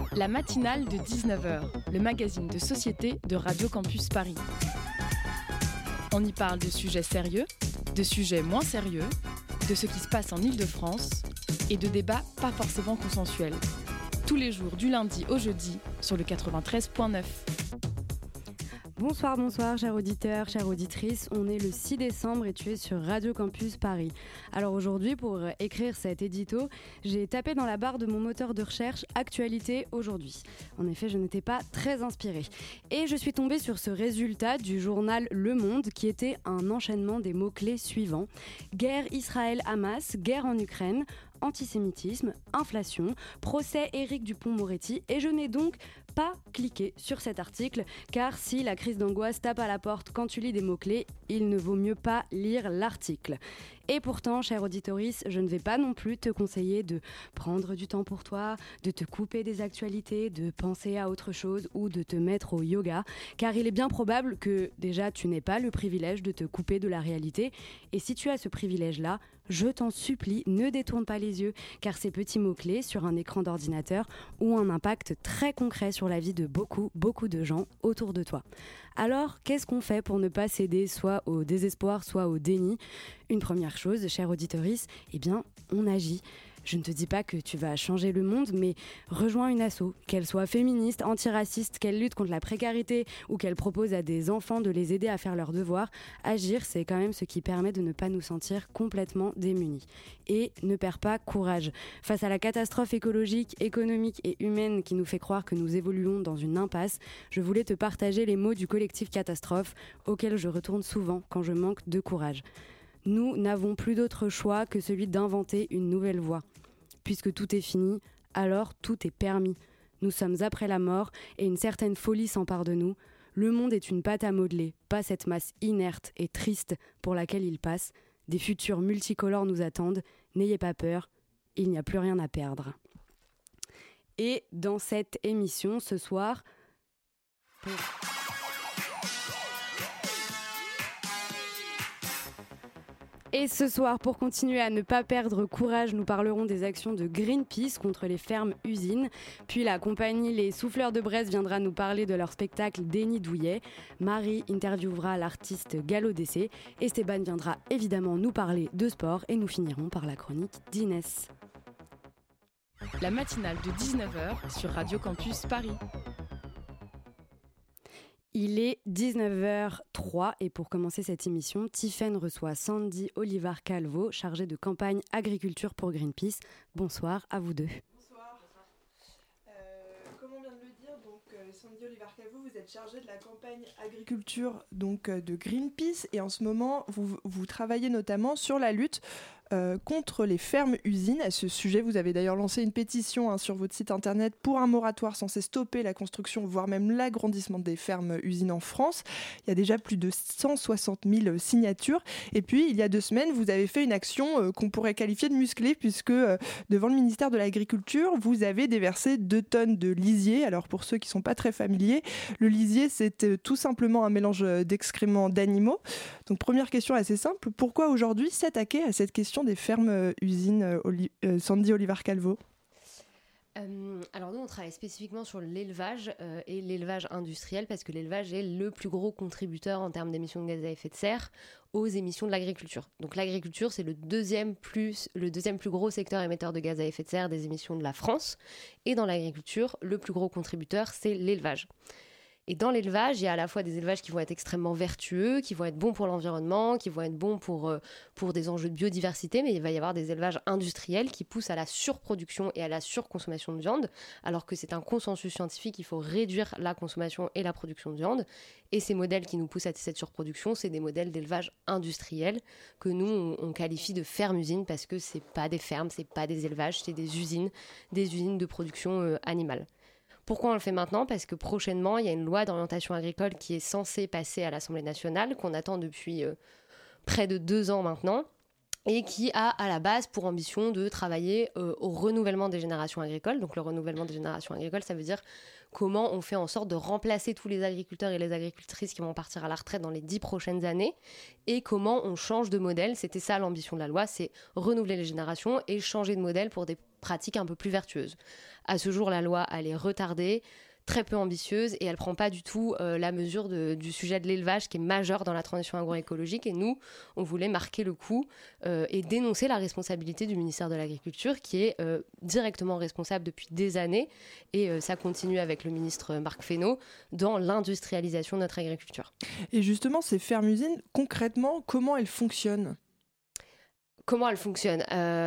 La matinale de 19h, le magazine de société de Radio Campus Paris. On y parle de sujets sérieux, de sujets moins sérieux, de ce qui se passe en Île-de-France et de débats pas forcément consensuels. Tous les jours du lundi au jeudi sur le 93.9. Bonsoir, chers auditeurs, chères auditrices. On est le 6 décembre et tu es sur Radio Campus Paris. Alors aujourd'hui, pour écrire cet édito, j'ai tapé dans la barre de mon moteur de recherche « Actualité aujourd'hui ». En effet, je n'étais pas très inspirée. Et je suis tombée sur ce résultat du journal Le Monde qui était un enchaînement des mots-clés suivants. Guerre Israël-Hamas, guerre en Ukraine, antisémitisme, inflation, procès Éric Dupond-Moretti, et je n'ai donc pas cliqué sur cet article, car si la crise d'angoisse tape à la porte quand tu lis des mots-clés, il ne vaut mieux pas lire l'article. Et pourtant, chère auditorice, je ne vais pas non plus te conseiller de prendre du temps pour toi, de te couper des actualités, de penser à autre chose ou de te mettre au yoga, car il est bien probable que déjà tu n'aies pas le privilège de te couper de la réalité. Et si tu as ce privilège-là, je t'en supplie, ne détourne pas les yeux, car ces petits mots-clés sur un écran d'ordinateur ont un impact très concret sur la vie de beaucoup de gens autour de toi. Alors, qu'est-ce qu'on fait pour ne pas céder soit au désespoir, soit au déni ? Une première chose, chère auditorice, eh bien, on agit. Je ne te dis pas que tu vas changer le monde, mais rejoins une asso, qu'elle soit féministe, antiraciste, qu'elle lutte contre la précarité ou qu'elle propose à des enfants de les aider à faire leurs devoirs. Agir, c'est quand même ce qui permet de ne pas nous sentir complètement démunis. Et ne perds pas courage. Face à la catastrophe écologique, économique et humaine qui nous fait croire que nous évoluons dans une impasse, je voulais te partager les mots du collectif Catastrophe, auquel je retourne souvent quand je manque de courage. Nous n'avons plus d'autre choix que celui d'inventer une nouvelle voie. Puisque tout est fini, alors tout est permis. Nous sommes après la mort et une certaine folie s'empare de nous. Le monde est une pâte à modeler, pas cette masse inerte et triste pour laquelle il passe. Des futurs multicolores nous attendent. N'ayez pas peur, il n'y a plus rien à perdre. Et dans cette émission, ce soir... Et ce soir, pour continuer à ne pas perdre courage, nous parlerons des actions de Greenpeace contre les fermes-usines. Puis la compagnie Les Souffleurs de Brest viendra nous parler de leur spectacle Déni Douillet. Marie interviewera l'artiste Gallo Dessé. Esteban viendra évidemment nous parler de sport. Et nous finirons par la chronique d'Inès. La matinale de 19h sur Radio Campus Paris. Il est 19h03 et pour commencer cette émission, Tiffaine reçoit Sandy Olivar-Calvo, chargée de campagne agriculture pour Greenpeace. Bonsoir à vous deux. Bonsoir. Comme on vient de le dire, Sandy Olivar-Calvo, vous êtes chargée de la campagne agriculture de Greenpeace et en ce moment, vous travaillez notamment sur la lutte contre les fermes-usines. À ce sujet, vous avez d'ailleurs lancé une pétition sur votre site internet pour un moratoire censé stopper la construction, voire même l'agrandissement des fermes-usines en France. Il y a déjà plus de 160 000 signatures. Et puis, il y a 2 semaines, vous avez fait une action qu'on pourrait qualifier de musclée, puisque devant le ministère de l'Agriculture, vous avez déversé 2 tonnes de lisier. Alors, pour ceux qui ne sont pas très familiers, le lisier, c'est tout simplement un mélange d'excréments d'animaux. Donc, première question assez simple. Pourquoi aujourd'hui s'attaquer à cette question des fermes-usines, Sandy Olivar-Calvo? Alors nous, on travaille spécifiquement sur l'élevage et l'élevage industriel parce que l'élevage est le plus gros contributeur en termes d'émissions de gaz à effet de serre aux émissions de l'agriculture. Donc l'agriculture, c'est le deuxième plus gros secteur émetteur de gaz à effet de serre des émissions de la France. Et dans l'agriculture, le plus gros contributeur, c'est l'élevage. Et dans l'élevage, il y a à la fois des élevages qui vont être extrêmement vertueux, qui vont être bons pour l'environnement, qui vont être bons pour des enjeux de biodiversité, mais il va y avoir des élevages industriels qui poussent à la surproduction et à la surconsommation de viande, alors que c'est un consensus scientifique, il faut réduire la consommation et la production de viande. Et ces modèles qui nous poussent à cette surproduction, c'est des modèles d'élevage industriel que nous, on qualifie de fermes-usines parce que c'est pas des fermes, c'est pas des élevages, c'est des usines de production animale. Pourquoi on le fait maintenant ? Parce que prochainement, il y a une loi d'orientation agricole qui est censée passer à l'Assemblée nationale, qu'on attend depuis près de 2 ans maintenant, et qui a à la base pour ambition de travailler au renouvellement des générations agricoles. Donc le renouvellement des générations agricoles, ça veut dire comment on fait en sorte de remplacer tous les agriculteurs et les agricultrices qui vont partir à la retraite dans les 10 prochaines années, et comment on change de modèle. C'était ça l'ambition de la loi, c'est renouveler les générations et changer de modèle pour des pratique un peu plus vertueuse. À ce jour, la loi, elle est retardée, très peu ambitieuse et elle ne prend pas du tout la mesure du sujet de l'élevage qui est majeur dans la transition agroécologique. Et nous, on voulait marquer le coup et dénoncer la responsabilité du ministère de l'Agriculture qui est directement responsable depuis des années et ça continue avec le ministre Marc Fesneau dans l'industrialisation de notre agriculture. Et justement, ces fermes-usines, concrètement, comment elles fonctionnent ? Comment elles fonctionnent ?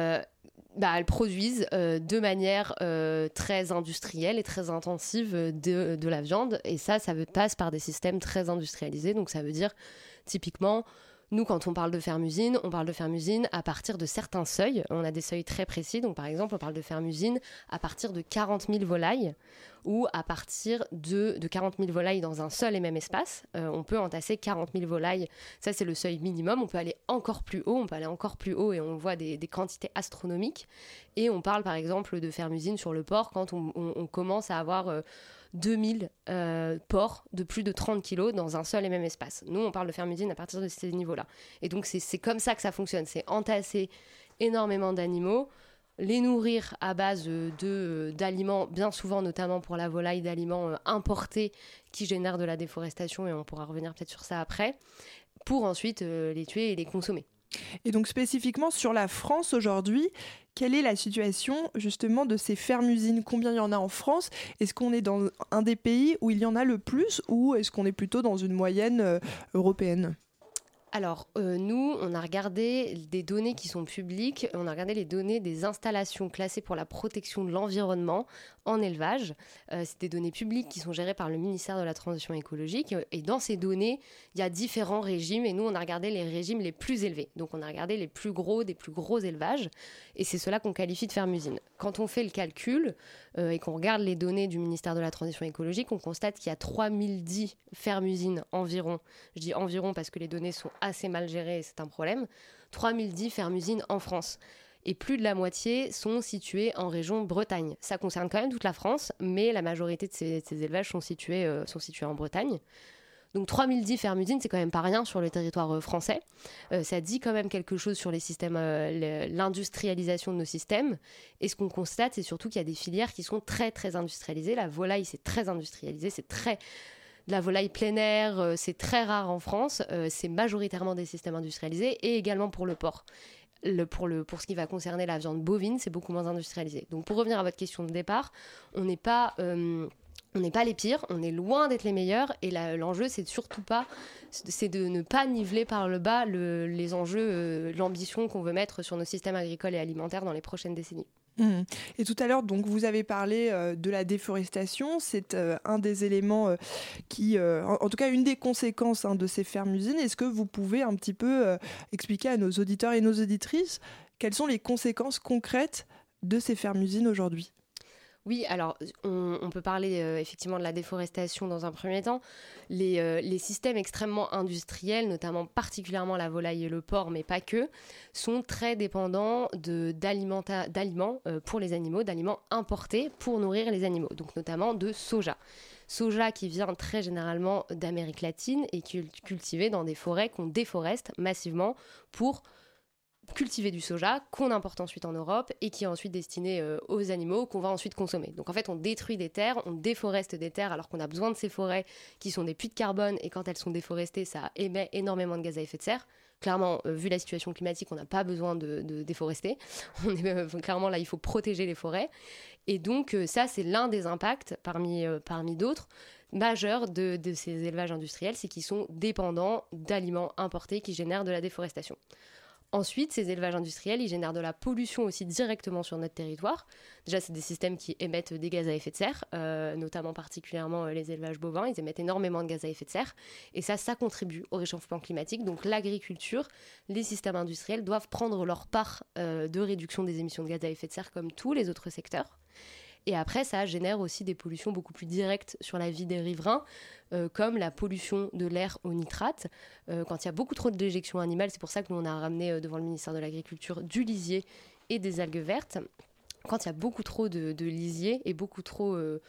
Elles produisent de manière très industrielle et très intensive de la viande. Et ça passe par des systèmes très industrialisés. Donc ça veut dire, typiquement, nous, quand on parle de ferme-usine, on parle de ferme-usine à partir de certains seuils. On a des seuils très précis. Donc par exemple, on parle de ferme-usine à partir de 40 000 volailles ou à partir de 40 000 volailles dans un seul et même espace. On peut entasser 40 000 volailles. Ça, c'est le seuil minimum. On peut aller encore plus haut. Et on voit des quantités astronomiques. Et on parle, par exemple, de ferme-usine sur le porc quand on commence à avoir 2000 porcs de plus de 30 kilos dans un seul et même espace. Nous, on parle de ferme-usine à partir de ces niveaux-là. Et donc, c'est comme ça que ça fonctionne. C'est entasser énormément d'animaux, les nourrir à base d'aliments, bien souvent, notamment pour la volaille, d'aliments importés qui génèrent de la déforestation, et on pourra revenir peut-être sur ça après, pour ensuite les tuer et les consommer. Et donc spécifiquement sur la France aujourd'hui, quelle est la situation justement de ces fermes-usines ? Combien il y en a en France ? Est-ce qu'on est dans un des pays où il y en a le plus ou est-ce qu'on est plutôt dans une moyenne européenne ? Alors, nous, on a regardé des données qui sont publiques, on a regardé les données des installations classées pour la protection de l'environnement en élevage. C'est des données publiques qui sont gérées par le ministère de la Transition écologique. Et dans ces données, il y a différents régimes. Et nous, on a regardé les régimes les plus élevés. Donc, on a regardé les plus gros des plus gros élevages. Et c'est cela qu'on qualifie de ferme-usine. Quand on fait le calcul et qu'on regarde les données du ministère de la Transition écologique, on constate qu'il y a 3010 ferme-usines environ. Je dis environ parce que les données sont assez mal gérées et c'est un problème. 3010 ferme-usines en France. Et plus de la moitié sont situées en région Bretagne. Ça concerne quand même toute la France, mais la majorité de ces élevages sont situés en Bretagne. Donc 3010 ferme-usines, c'est quand même pas rien sur le territoire français. Ça dit quand même quelque chose sur les systèmes, l'industrialisation de nos systèmes. Et ce qu'on constate, c'est surtout qu'il y a des filières qui sont très très industrialisées. La volaille, c'est très industrialisé, de la volaille plein air, c'est très rare en France. C'est majoritairement des systèmes industrialisés et également pour le porc. Pour ce qui va concerner la viande bovine, c'est beaucoup moins industrialisé. Donc pour revenir à votre question de départ, on n'est pas les pires, on est loin d'être les meilleurs et l'enjeu c'est de ne pas niveler par le bas les enjeux, l'ambition qu'on veut mettre sur nos systèmes agricoles et alimentaires dans les prochaines décennies. Et tout à l'heure, donc, vous avez parlé de la déforestation. C'est un des éléments en tout cas, une des conséquences de ces fermes-usines. Est-ce que vous pouvez un petit peu expliquer à nos auditeurs et nos auditrices quelles sont les conséquences concrètes de ces fermes-usines aujourd'hui ? Oui, alors on peut parler effectivement de la déforestation dans un premier temps. Les systèmes extrêmement industriels, notamment particulièrement la volaille et le porc, mais pas que, sont très dépendants d'aliments pour les animaux, d'aliments importés pour nourrir les animaux, donc notamment de soja. Soja qui vient très généralement d'Amérique latine et qui est cultivé dans des forêts qu'on déforeste massivement pour cultiver du soja qu'on importe ensuite en Europe et qui est ensuite destiné aux animaux qu'on va ensuite consommer. Donc en fait, on détruit des terres, on déforeste des terres alors qu'on a besoin de ces forêts qui sont des puits de carbone et quand elles sont déforestées, ça émet énormément de gaz à effet de serre. Clairement, vu la situation climatique, on n'a pas besoin de déforester. Clairement, là, il faut protéger les forêts. Et donc, ça, c'est l'un des impacts, parmi d'autres, majeurs de ces élevages industriels, c'est qu'ils sont dépendants d'aliments importés qui génèrent de la déforestation. Ensuite, ces élevages industriels, ils génèrent de la pollution aussi directement sur notre territoire. Déjà, c'est des systèmes qui émettent des gaz à effet de serre, notamment particulièrement les élevages bovins. Ils émettent énormément de gaz à effet de serre. Et ça contribue au réchauffement climatique. Donc l'agriculture, les systèmes industriels doivent prendre leur part de réduction des émissions de gaz à effet de serre comme tous les autres secteurs. Et après, ça génère aussi des pollutions beaucoup plus directes sur la vie des riverains, comme la pollution de l'air au nitrate. Quand il y a beaucoup trop de déjections animales, c'est pour ça que nous, on a ramené devant le ministère de l'Agriculture du lisier et des algues vertes. Quand il y a beaucoup trop de lisier et beaucoup trop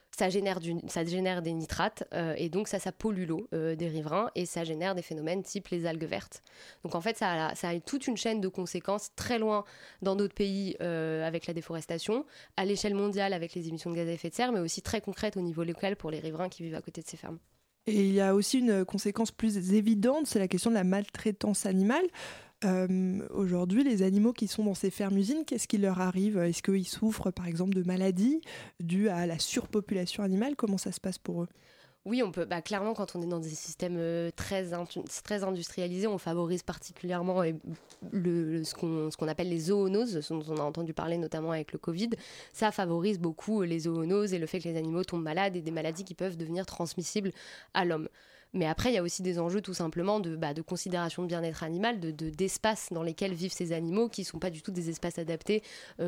ça génère des nitrates et donc ça pollue l'eau des riverains et ça génère des phénomènes type les algues vertes. Donc en fait, ça a toute une chaîne de conséquences très loin dans d'autres pays avec la déforestation, à l'échelle mondiale avec les émissions de gaz à effet de serre, mais aussi très concrète au niveau local pour les riverains qui vivent à côté de ces fermes. Et il y a aussi une conséquence plus évidente, c'est la question de la maltraitance animale. Aujourd'hui, les animaux qui sont dans ces fermes-usines, qu'est-ce qui leur arrive ? Est-ce qu'ils souffrent par exemple de maladies dues à la surpopulation animale ? Comment ça se passe pour eux ? Oui, on peut. Clairement, quand on est dans des systèmes très industrialisés, on favorise particulièrement ce qu'on appelle les zoonoses, ce dont on a entendu parler notamment avec le Covid. Ça favorise beaucoup les zoonoses et le fait que les animaux tombent malades et des maladies qui peuvent devenir transmissibles à l'homme. Mais après, il y a aussi des enjeux tout simplement de considération de bien-être animal, d'espaces dans lesquels vivent ces animaux qui ne sont pas du tout des espaces adaptés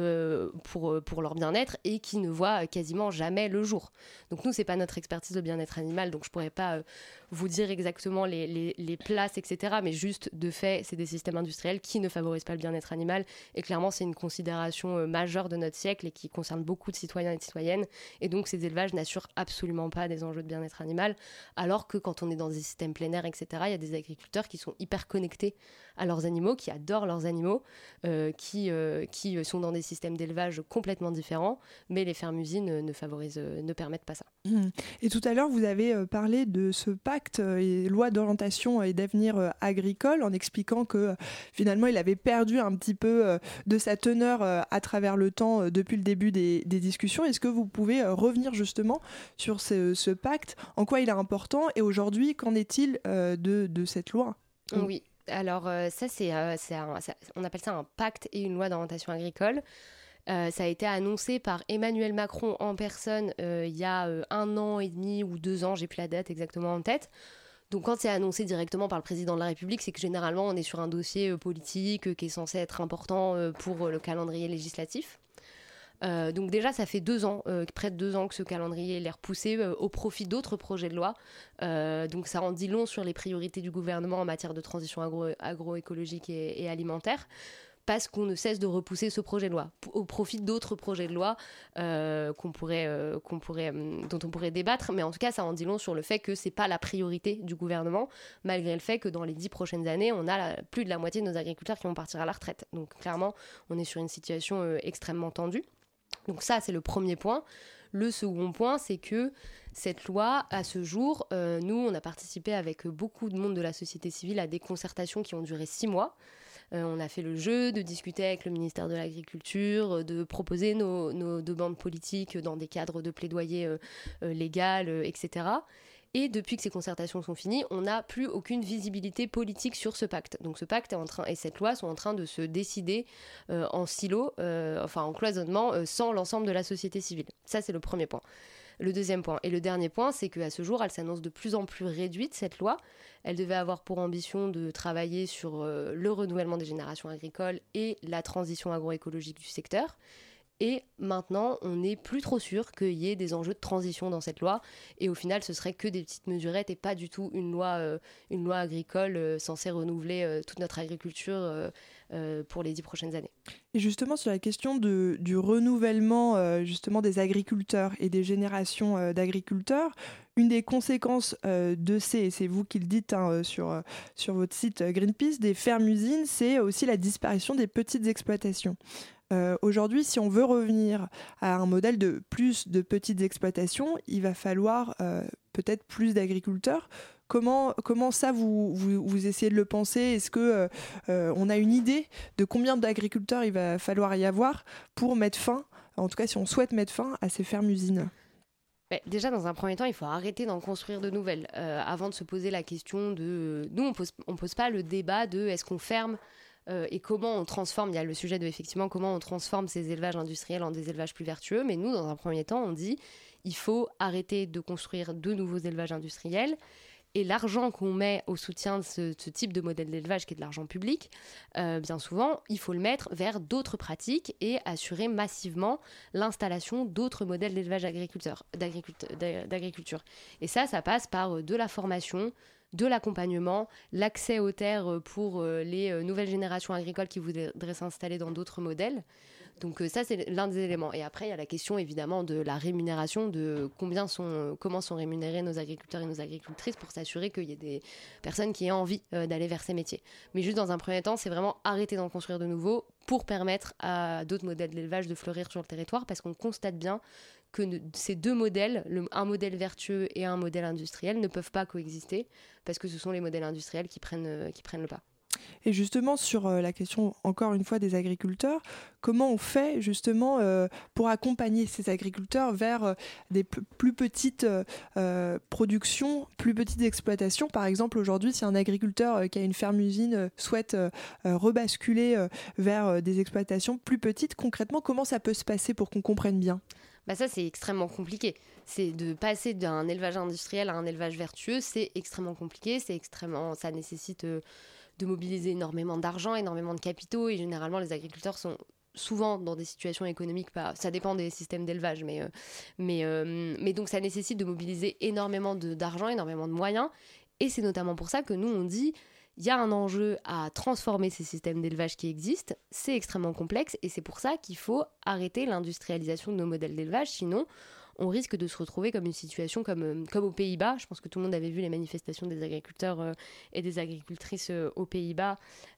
pour leur bien-être et qui ne voient quasiment jamais le jour. Donc nous, ce n'est pas notre expertise de bien-être animal, donc je ne pourrais pas vous dire exactement les places, etc. Mais juste, de fait, c'est des systèmes industriels qui ne favorisent pas le bien-être animal. Et clairement, c'est une considération majeure de notre siècle et qui concerne beaucoup de citoyens et de citoyennes. Et donc, ces élevages n'assurent absolument pas des enjeux de bien-être animal, alors que quand on est dans des systèmes plein air, etc., il y a des agriculteurs qui sont hyper connectés à leurs animaux, qui adorent leurs animaux, qui sont dans des systèmes d'élevage complètement différents, mais les fermes-usines ne permettent pas ça. Et tout à l'heure, vous avez parlé de ce pacte et loi d'orientation et d'avenir agricole en expliquant que finalement, il avait perdu un petit peu de sa teneur à travers le temps depuis le début des discussions. Est-ce que vous pouvez revenir justement sur ce pacte, en quoi il est important et aujourd'hui, qu'en est-il de cette loi ? Oui, alors on appelle ça un pacte et une loi d'orientation agricole. Ça a été annoncé par Emmanuel Macron en personne il y a 1 an et demi ou 2 ans, j'ai plus la date exactement en tête. Donc quand c'est annoncé directement par le président de la République, c'est que généralement on est sur un dossier politique qui est censé être important pour le calendrier législatif. Donc déjà ça fait 2 ans, près de 2 ans que ce calendrier est repoussé au profit d'autres projets de loi. Donc ça en dit long sur les priorités du gouvernement en matière de transition agroécologique et alimentaire, parce qu'on ne cesse de repousser ce projet de loi au profit d'autres projets de loi dont on pourrait débattre. Mais en tout cas, ça en dit long sur le fait que c'est pas la priorité du gouvernement, malgré le fait que dans les 10 prochaines années, on a plus de la moitié de nos agriculteurs qui vont partir à la retraite. Donc clairement, on est sur une situation extrêmement tendue. Donc ça, c'est le premier point. Le second point, c'est que cette loi, à ce jour, nous, on a participé avec beaucoup de monde de la société civile à des concertations qui ont duré 6 mois. On a fait le jeu de discuter avec le ministère de l'Agriculture, de proposer nos demandes politiques dans des cadres de plaidoyer légal, etc. Et depuis que ces concertations sont finies, on n'a plus aucune visibilité politique sur ce pacte. Donc ce pacte et cette loi sont en train de se décider en silo, en cloisonnement, sans l'ensemble de la société civile. Ça, c'est le premier point. Le deuxième point. Et le dernier point, c'est qu'à ce jour, elle s'annonce de plus en plus réduite, cette loi. Elle devait avoir pour ambition de travailler sur le renouvellement des générations agricoles et la transition agroécologique du secteur. Et maintenant, on n'est plus trop sûr qu'il y ait des enjeux de transition dans cette loi. Et au final, ce serait que des petites mesurettes et pas du tout une loi agricole censée renouveler toute notre agriculture pour les 10 prochaines années. Et justement, sur la question du renouvellement justement des agriculteurs et des générations d'agriculteurs, une des conséquences et c'est vous qui le dites sur votre site Greenpeace, des fermes-usines, c'est aussi la disparition des petites exploitations. Aujourd'hui, si on veut revenir à un modèle de plus de petites exploitations, il va falloir peut-être plus d'agriculteurs. Comment ça, vous essayez de le penser ? Est-ce qu'on a une idée de combien d'agriculteurs il va falloir y avoir pour mettre fin, en tout cas si on souhaite mettre fin à ces fermes-usines ? Déjà, dans un premier temps, il faut arrêter d'en construire de nouvelles avant de se poser la question de... Nous, on pose pas le débat de est-ce qu'on ferme et comment on transforme. Il y a le sujet de effectivement comment on transforme ces élevages industriels en des élevages plus vertueux. Mais nous, dans un premier temps, on dit il faut arrêter de construire de nouveaux élevages industriels. Et l'argent qu'on met au soutien de ce type de modèle d'élevage, qui est de l'argent public, bien souvent, il faut le mettre vers d'autres pratiques et assurer massivement l'installation d'autres modèles d'élevage d'agriculture. Et ça passe par de la formation, de l'accompagnement, l'accès aux terres pour les nouvelles générations agricoles qui voudraient s'installer dans d'autres modèles. Donc ça, c'est l'un des éléments. Et après, il y a la question évidemment de la rémunération, de comment sont rémunérés nos agriculteurs et nos agricultrices pour s'assurer qu'il y ait des personnes qui aient envie d'aller vers ces métiers. Mais juste dans un premier temps, c'est vraiment arrêter d'en construire de nouveaux pour permettre à d'autres modèles d'élevage de fleurir sur le territoire, parce qu'on constate bien que ces deux modèles, un modèle vertueux et un modèle industriel, ne peuvent pas coexister, parce que ce sont les modèles industriels qui prennent le pas. Et justement, sur la question, encore une fois, des agriculteurs, comment on fait justement pour accompagner ces agriculteurs vers des plus petites productions, plus petites exploitations? Par exemple, aujourd'hui, si un agriculteur qui a une ferme-usine souhaite rebasculer vers des exploitations plus petites, concrètement, comment ça peut se passer pour qu'on comprenne bien? Ça, c'est extrêmement compliqué. C'est de passer d'un élevage industriel à un élevage vertueux, c'est extrêmement compliqué, ça nécessite de mobiliser énormément d'argent, énormément de capitaux, et généralement les agriculteurs sont souvent dans des situations économiques, ça dépend des systèmes d'élevage, mais donc ça nécessite de mobiliser énormément d'argent, énormément de moyens, et c'est notamment pour ça que nous on dit il y a un enjeu à transformer ces systèmes d'élevage qui existent, c'est extrêmement complexe, et c'est pour ça qu'il faut arrêter l'industrialisation de nos modèles d'élevage, sinon on risque de se retrouver comme une situation comme aux Pays-Bas. Je pense que tout le monde avait vu les manifestations des agriculteurs et des agricultrices aux Pays-Bas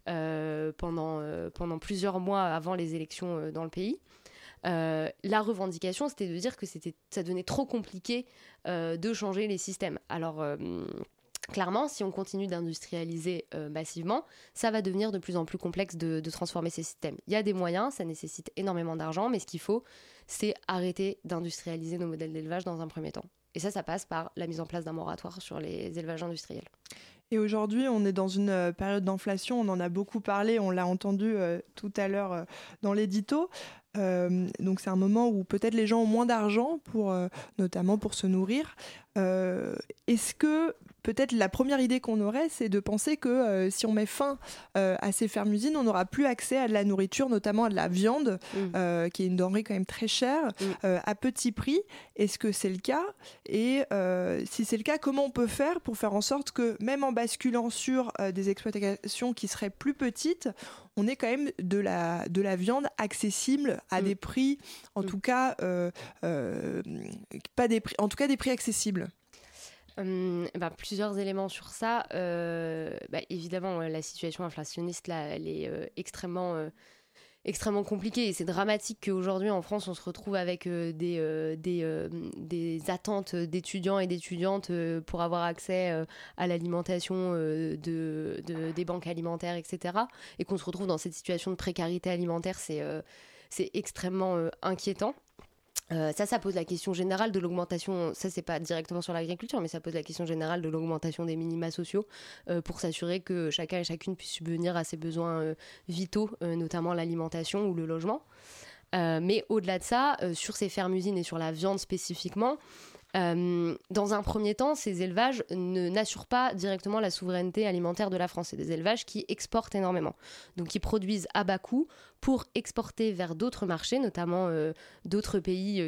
pendant plusieurs mois avant les élections dans le pays. La revendication, c'était de dire que ça devenait trop compliqué de changer les systèmes. Alors, clairement, si on continue d'industrialiser massivement, ça va devenir de plus en plus complexe de transformer ces systèmes. Il y a des moyens, ça nécessite énormément d'argent, mais ce qu'il faut, c'est arrêter d'industrialiser nos modèles d'élevage dans un premier temps. Et ça passe par la mise en place d'un moratoire sur les élevages industriels. Et aujourd'hui, on est dans une période d'inflation, on en a beaucoup parlé, on l'a entendu tout à l'heure dans l'édito. Donc c'est un moment où peut-être les gens ont moins d'argent, notamment pour se nourrir. Est-ce que peut-être la première idée qu'on aurait, c'est de penser que si on met fin à ces fermes-usines, on n'aura plus accès à de la nourriture, notamment à de la viande, qui est une denrée quand même très chère, à petit prix. Est-ce que c'est le cas? Et si c'est le cas, comment on peut faire pour faire en sorte que, même en basculant sur des exploitations qui seraient plus petites, on ait quand même de la viande accessible à des prix, en tout cas, pas des prix, en tout cas des prix accessibles? Plusieurs éléments sur ça. Évidemment, la situation inflationniste, là, elle est extrêmement compliquée, et c'est dramatique qu'aujourd'hui en France on se retrouve avec des attentes d'étudiants et d'étudiantes pour avoir accès à l'alimentation des banques alimentaires, etc., et qu'on se retrouve dans cette situation de précarité alimentaire. C'est extrêmement inquiétant. Ça pose la question générale de l'augmentation, ça c'est pas directement sur l'agriculture, mais ça pose la question générale de l'augmentation des minima sociaux pour s'assurer que chacun et chacune puisse subvenir à ses besoins vitaux, notamment l'alimentation ou le logement. Mais au-delà de ça, sur ces fermes-usines et sur la viande spécifiquement, dans un premier temps, ces élevages n'assurent pas directement la souveraineté alimentaire de la France. C'est des élevages qui exportent énormément, donc qui produisent à bas coût pour exporter vers d'autres marchés, notamment d'autres pays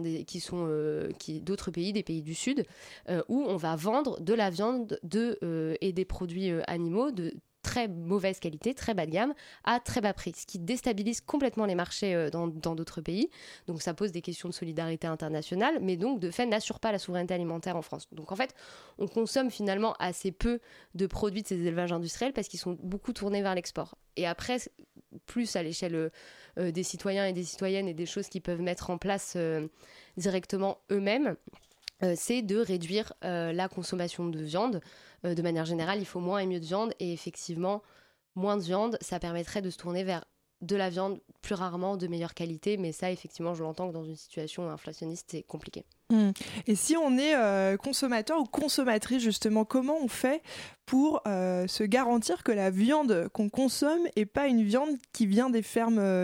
d'autres pays, des pays du Sud, où on va vendre de la viande et des produits animaux de très mauvaise qualité, très bas de gamme, à très bas prix, ce qui déstabilise complètement les marchés dans d'autres pays. Donc ça pose des questions de solidarité internationale, mais donc de fait n'assure pas la souveraineté alimentaire en France. Donc en fait, on consomme finalement assez peu de produits de ces élevages industriels parce qu'ils sont beaucoup tournés vers l'export. Et après, plus à l'échelle des citoyens et des citoyennes et des choses qu'ils peuvent mettre en place directement eux-mêmes, c'est de réduire la consommation de viande. De manière générale, il faut moins et mieux de viande, et effectivement, moins de viande, ça permettrait de se tourner vers de la viande plus rarement de meilleure qualité, mais ça, effectivement, je l'entends que dans une situation inflationniste, c'est compliqué. Et si on est consommateur ou consommatrice, justement, comment on fait pour se garantir que la viande qu'on consomme n'est pas une viande qui vient des fermes-usines ?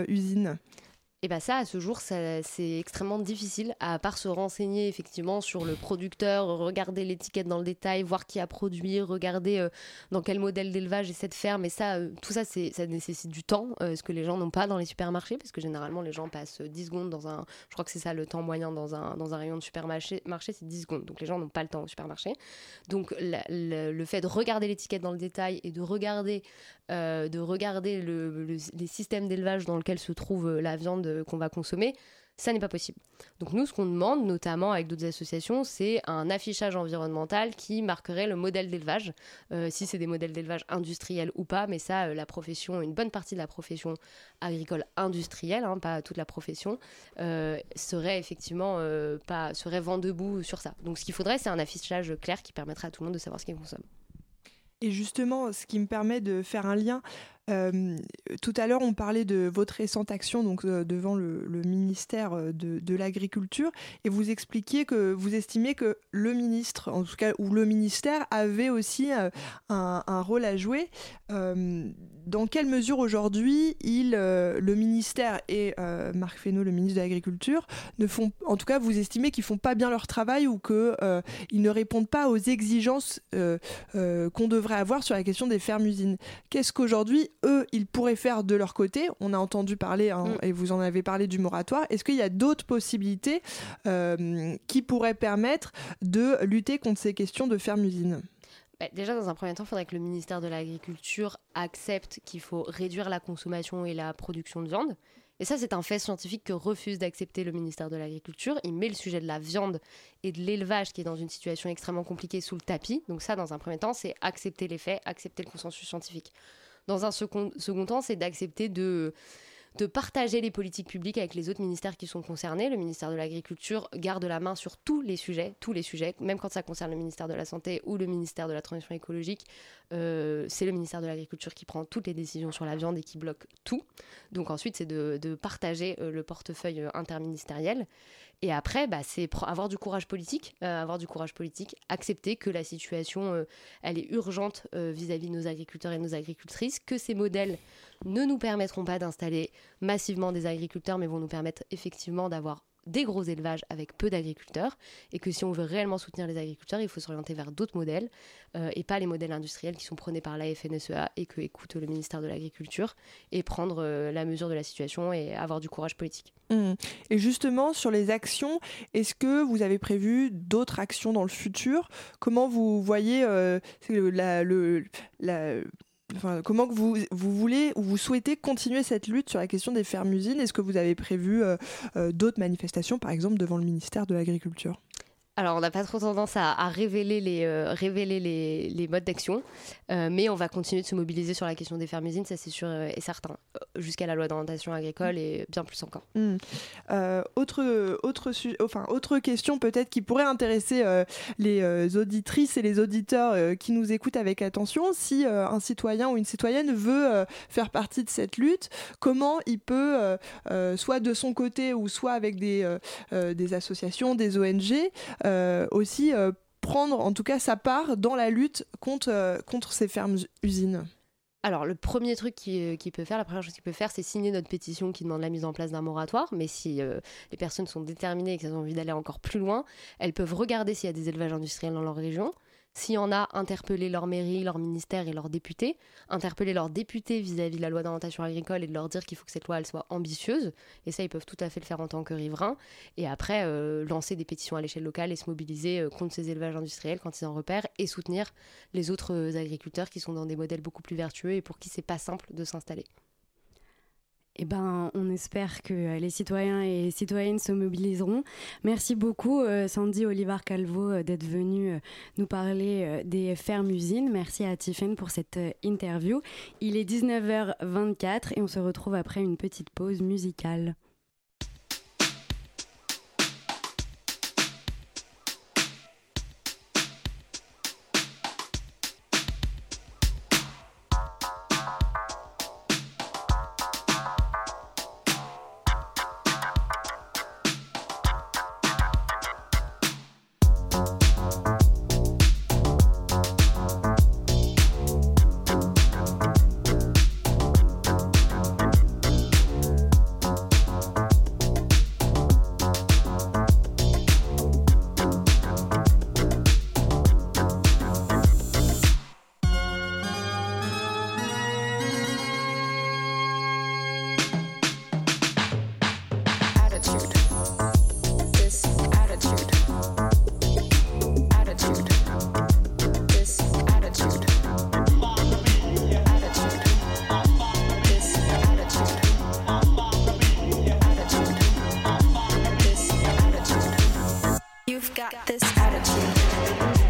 Et ça, à ce jour, c'est extrêmement difficile, à part se renseigner effectivement sur le producteur, regarder l'étiquette dans le détail, voir qui a produit, regarder dans quel modèle d'élevage est cette ferme. Et ça, tout ça, ça nécessite du temps, ce que les gens n'ont pas dans les supermarchés, parce que généralement, les gens passent 10 secondes je crois que c'est ça le temps moyen dans un rayon de supermarché, c'est 10 secondes. Donc les gens n'ont pas le temps au supermarché. Donc le fait de regarder l'étiquette dans le détail et de regarder les systèmes d'élevage dans lesquels se trouve la viande viande qu'on va consommer, ça n'est pas possible. Donc nous, ce qu'on demande, notamment avec d'autres associations, c'est un affichage environnemental qui marquerait le modèle d'élevage, si c'est des modèles d'élevage industriels ou pas, mais ça, la profession, une bonne partie de la profession agricole industrielle, pas toute la profession, serait effectivement serait vent debout sur ça. Donc ce qu'il faudrait, c'est un affichage clair qui permettrait à tout le monde de savoir ce qu'il consomme. Et justement, ce qui me permet de faire un lien, tout à l'heure, on parlait de votre récente action donc, devant le ministère de l'Agriculture, et vous expliquiez que vous estimiez que le ministre, en tout cas, ou le ministère, avait aussi un rôle à jouer. Dans quelle mesure aujourd'hui, le ministère et Marc Fesneau, le ministre de l'Agriculture, en tout cas, vous estimez qu'ils ne font pas bien leur travail ou qu'ils ne répondent pas aux exigences qu'on devrait avoir sur la question des fermes-usines. Qu'est-ce qu'aujourd'hui, eux, ils pourraient faire de leur côté? On a entendu parler, et vous en avez parlé, du moratoire. Est-ce qu'il y a d'autres possibilités qui pourraient permettre de lutter contre ces questions de ferme-usine? Déjà, dans un premier temps, il faudrait que le ministère de l'Agriculture accepte qu'il faut réduire la consommation et la production de viande. Et ça, c'est un fait scientifique que refuse d'accepter le ministère de l'Agriculture. Il met le sujet de la viande et de l'élevage, qui est dans une situation extrêmement compliquée, sous le tapis. Donc ça, dans un premier temps, c'est accepter les faits, accepter le consensus scientifique. Dans un second temps, c'est d'accepter de partager les politiques publiques avec les autres ministères qui sont concernés. Le ministère de l'Agriculture garde la main sur tous les sujets, même quand ça concerne le ministère de la Santé ou le ministère de la Transition écologique. C'est le ministère de l'Agriculture qui prend toutes les décisions sur la viande et qui bloque tout. Donc ensuite, c'est de partager le portefeuille interministériel. Et après, c'est avoir du courage politique, accepter que la situation, elle est urgente vis-à-vis de nos agriculteurs et nos agricultrices, que ces modèles ne nous permettront pas d'installer massivement des agriculteurs, mais vont nous permettre effectivement d'avoir des gros élevages avec peu d'agriculteurs, et que si on veut réellement soutenir les agriculteurs, il faut s'orienter vers d'autres modèles et pas les modèles industriels qui sont prônés par la FNSEA et que écoute le ministère de l'Agriculture, et prendre la mesure de la situation et avoir du courage politique. Et justement, sur les actions, est-ce que vous avez prévu d'autres actions dans le futur? Comment vous voyez comment que vous voulez ou vous souhaitez continuer cette lutte sur la question des fermes-usines? Est-ce que vous avez prévu d'autres manifestations, par exemple, devant le ministère de l'Agriculture? Alors, on n'a pas trop tendance à révéler les modes d'action, mais on va continuer de se mobiliser sur la question des fermes-usines, ça c'est sûr et certain, jusqu'à la loi d'orientation agricole et bien plus encore. Autre question peut-être qui pourrait intéresser les auditrices et les auditeurs qui nous écoutent avec attention, si un citoyen ou une citoyenne veut faire partie de cette lutte, comment il peut, soit de son côté ou soit avec des associations, des ONG, aussi prendre en tout cas sa part dans la lutte contre ces fermes-usines? Alors, le premier truc qu'il peut faire, la première chose qu'il peut faire, c'est signer notre pétition qui demande la mise en place d'un moratoire. Mais si les personnes sont déterminées et qu'elles ont envie d'aller encore plus loin, elles peuvent regarder s'il y a des élevages industriels dans leur région. S'il y en a, interpeller leur mairie, leur ministère et leurs députés. Interpeller leurs députés vis-à-vis de la loi d'orientation agricole et de leur dire qu'il faut que cette loi elle soit ambitieuse. Et ça, ils peuvent tout à fait le faire en tant que riverains. Et après, lancer des pétitions à l'échelle locale et se mobiliser contre ces élevages industriels quand ils en repèrent, et soutenir les autres agriculteurs qui sont dans des modèles beaucoup plus vertueux et pour qui c'est pas simple de s'installer. On espère que les citoyens et citoyennes se mobiliseront. Merci beaucoup Sandy Olivar-Calvo d'être venue nous parler des fermes-usines. Merci à Tiffaine pour cette interview. Il est 19h24 et on se retrouve après une petite pause musicale. got this attitude.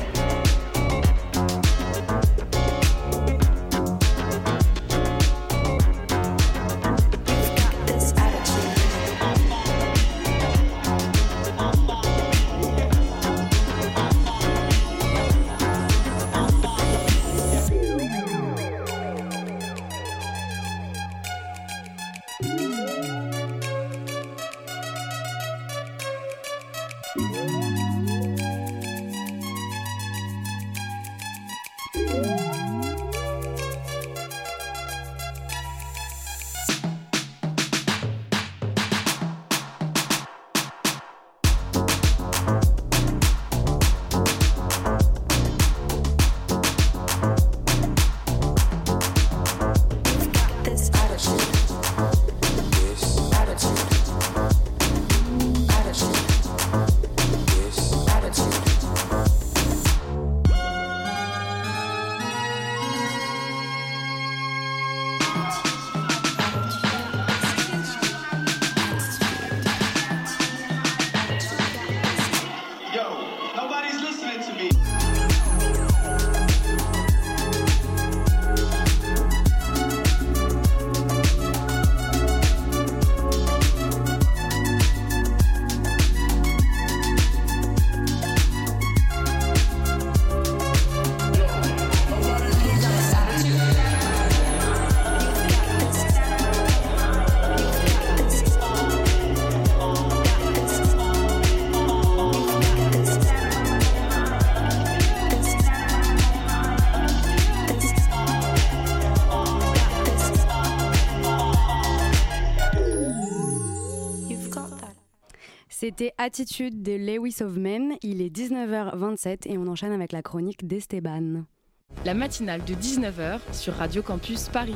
C'était Attitude de Lewis of Men, il est 19h27 et on enchaîne avec la chronique d'Esteban. La matinale de 19h sur Radio Campus Paris.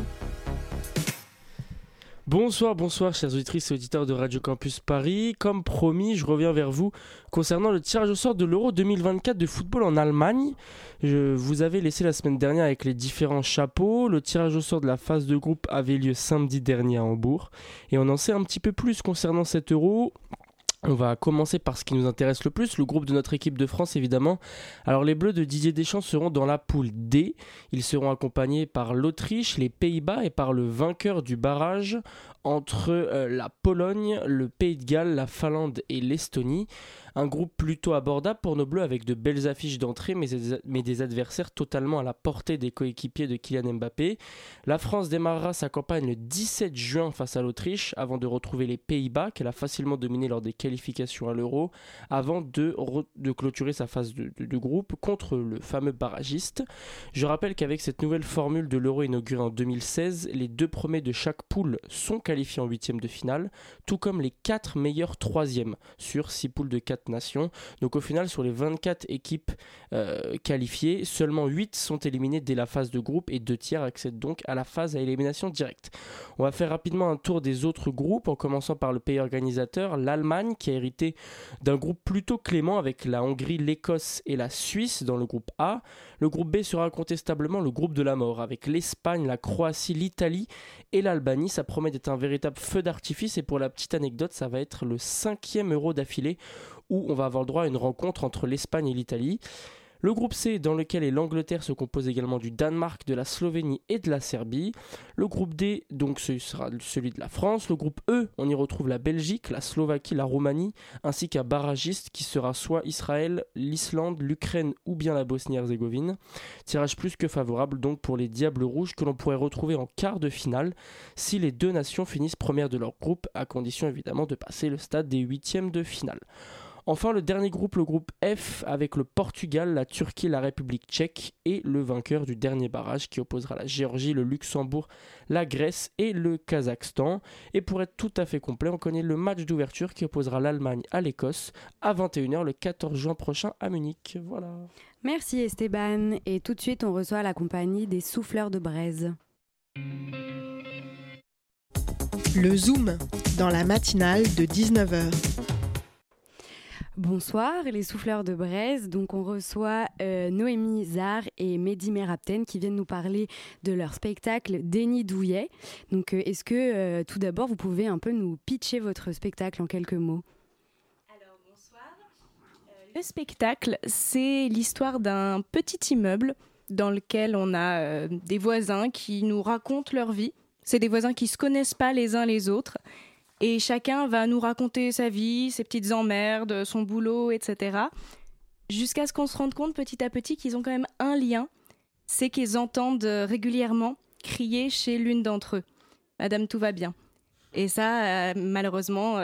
Bonsoir chers auditrices et auditeurs de Radio Campus Paris. Comme promis, je reviens vers vous concernant le tirage au sort de l'Euro 2024 de football en Allemagne. Je vous avais laissé la semaine dernière avec les différents chapeaux. Le tirage au sort de la phase de groupe avait lieu samedi dernier à Hambourg. Et on en sait un petit peu plus concernant cet Euro. On va commencer par ce qui nous intéresse le plus, le groupe de notre équipe de France évidemment. Alors les Bleus de Didier Deschamps seront dans la poule D. Ils seront accompagnés par l'Autriche, les Pays-Bas et par le vainqueur du barrage entre la Pologne, le Pays de Galles, la Finlande et l'Estonie. Un groupe plutôt abordable pour nos Bleus avec de belles affiches d'entrée mais des adversaires totalement à la portée des coéquipiers de Kylian Mbappé. La France démarrera sa campagne le 17 juin face à l'Autriche avant de retrouver les Pays-Bas qu'elle a facilement dominé lors des qualifications à l'Euro avant de clôturer sa phase de groupe contre le fameux barragiste. Je rappelle qu'avec cette nouvelle formule de l'Euro inaugurée en 2016, les 2 premiers de chaque poule sont qualifiés en 8e de finale, tout comme les 4 meilleurs 3e sur 6 poules de 4 nations. Donc au final, sur les 24 équipes qualifiées, seulement 8 sont éliminées dès la phase de groupe et 2 tiers accèdent donc à la phase à élimination directe. On va faire rapidement un tour des autres groupes en commençant par le pays organisateur, l'Allemagne, qui a hérité d'un groupe plutôt clément avec la Hongrie, l'Écosse et la Suisse dans le groupe A. Le groupe B sera incontestablement le groupe de la mort avec l'Espagne, la Croatie, l'Italie et l'Albanie. Ça promet d'être un véritable feu d'artifice et pour la petite anecdote, ça va être le 5e Euro d'affilée où on va avoir le droit à une rencontre entre l'Espagne et l'Italie. Le groupe C, dans lequel est l'Angleterre, se compose également du Danemark, de la Slovénie et de la Serbie. Le groupe D, donc ce sera celui de la France. Le groupe E, on y retrouve la Belgique, la Slovaquie, la Roumanie, ainsi qu'un barragiste qui sera soit Israël, l'Islande, l'Ukraine ou bien la Bosnie-Herzégovine. Tirage plus que favorable donc pour les Diables Rouges que l'on pourrait retrouver en quart de finale si les 2 nations finissent premières de leur groupe, à condition évidemment de passer le stade des 8e de finale. Enfin, le dernier groupe, le groupe F, avec le Portugal, la Turquie, la République tchèque et le vainqueur du dernier barrage qui opposera la Géorgie, le Luxembourg, la Grèce et le Kazakhstan. Et pour être tout à fait complet, on connaît le match d'ouverture qui opposera l'Allemagne à l'Écosse à 21h le 14 juin prochain à Munich. Voilà. Merci Esteban. Et tout de suite, on reçoit la compagnie des Souffleurs de Braise. Le Zoom, dans la matinale de 19h. Bonsoir les Souffleurs de Braise, donc on reçoit Noémie Zar et Mehdi Merabten qui viennent nous parler de leur spectacle Déni Douillet. Donc est-ce que tout d'abord vous pouvez un peu nous pitcher votre spectacle en quelques mots ? Alors bonsoir, Le spectacle, c'est l'histoire d'un petit immeuble dans lequel on a des voisins qui nous racontent leur vie. C'est des voisins qui ne se connaissent pas les uns les autres. Et chacun va nous raconter sa vie, ses petites emmerdes, son boulot, etc. Jusqu'à ce qu'on se rende compte petit à petit qu'ils ont quand même un lien. C'est qu'ils entendent régulièrement crier chez l'une d'entre eux. « Madame, tout va bien ». Et ça, malheureusement,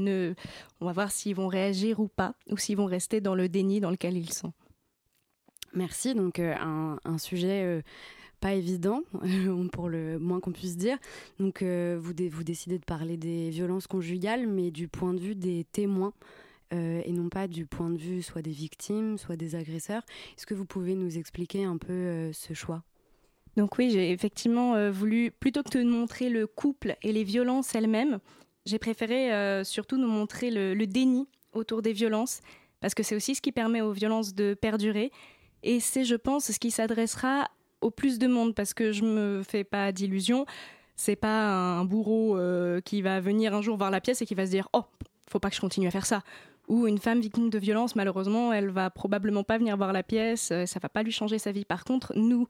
on va voir s'ils vont réagir ou pas, ou s'ils vont rester dans le déni dans lequel ils sont. Merci, donc un sujet pas évident, pour le moins qu'on puisse dire. Donc vous décidez de parler des violences conjugales, mais du point de vue des témoins, et non pas du point de vue soit des victimes, soit des agresseurs. Est-ce que vous pouvez nous expliquer un peu ce choix ? Donc oui, j'ai effectivement voulu, plutôt que de montrer le couple et les violences elles-mêmes, j'ai préféré surtout nous montrer le déni autour des violences, parce que c'est aussi ce qui permet aux violences de perdurer. Et c'est, je pense, ce qui s'adressera au plus de monde, parce que je me fais pas d'illusions. C'est pas un bourreau qui va venir un jour voir la pièce et qui va se dire « Oh, faut pas que je continue à faire ça ». Ou une femme victime de violence, malheureusement, elle va probablement pas venir voir la pièce, ça va pas lui changer sa vie. Par contre, nous,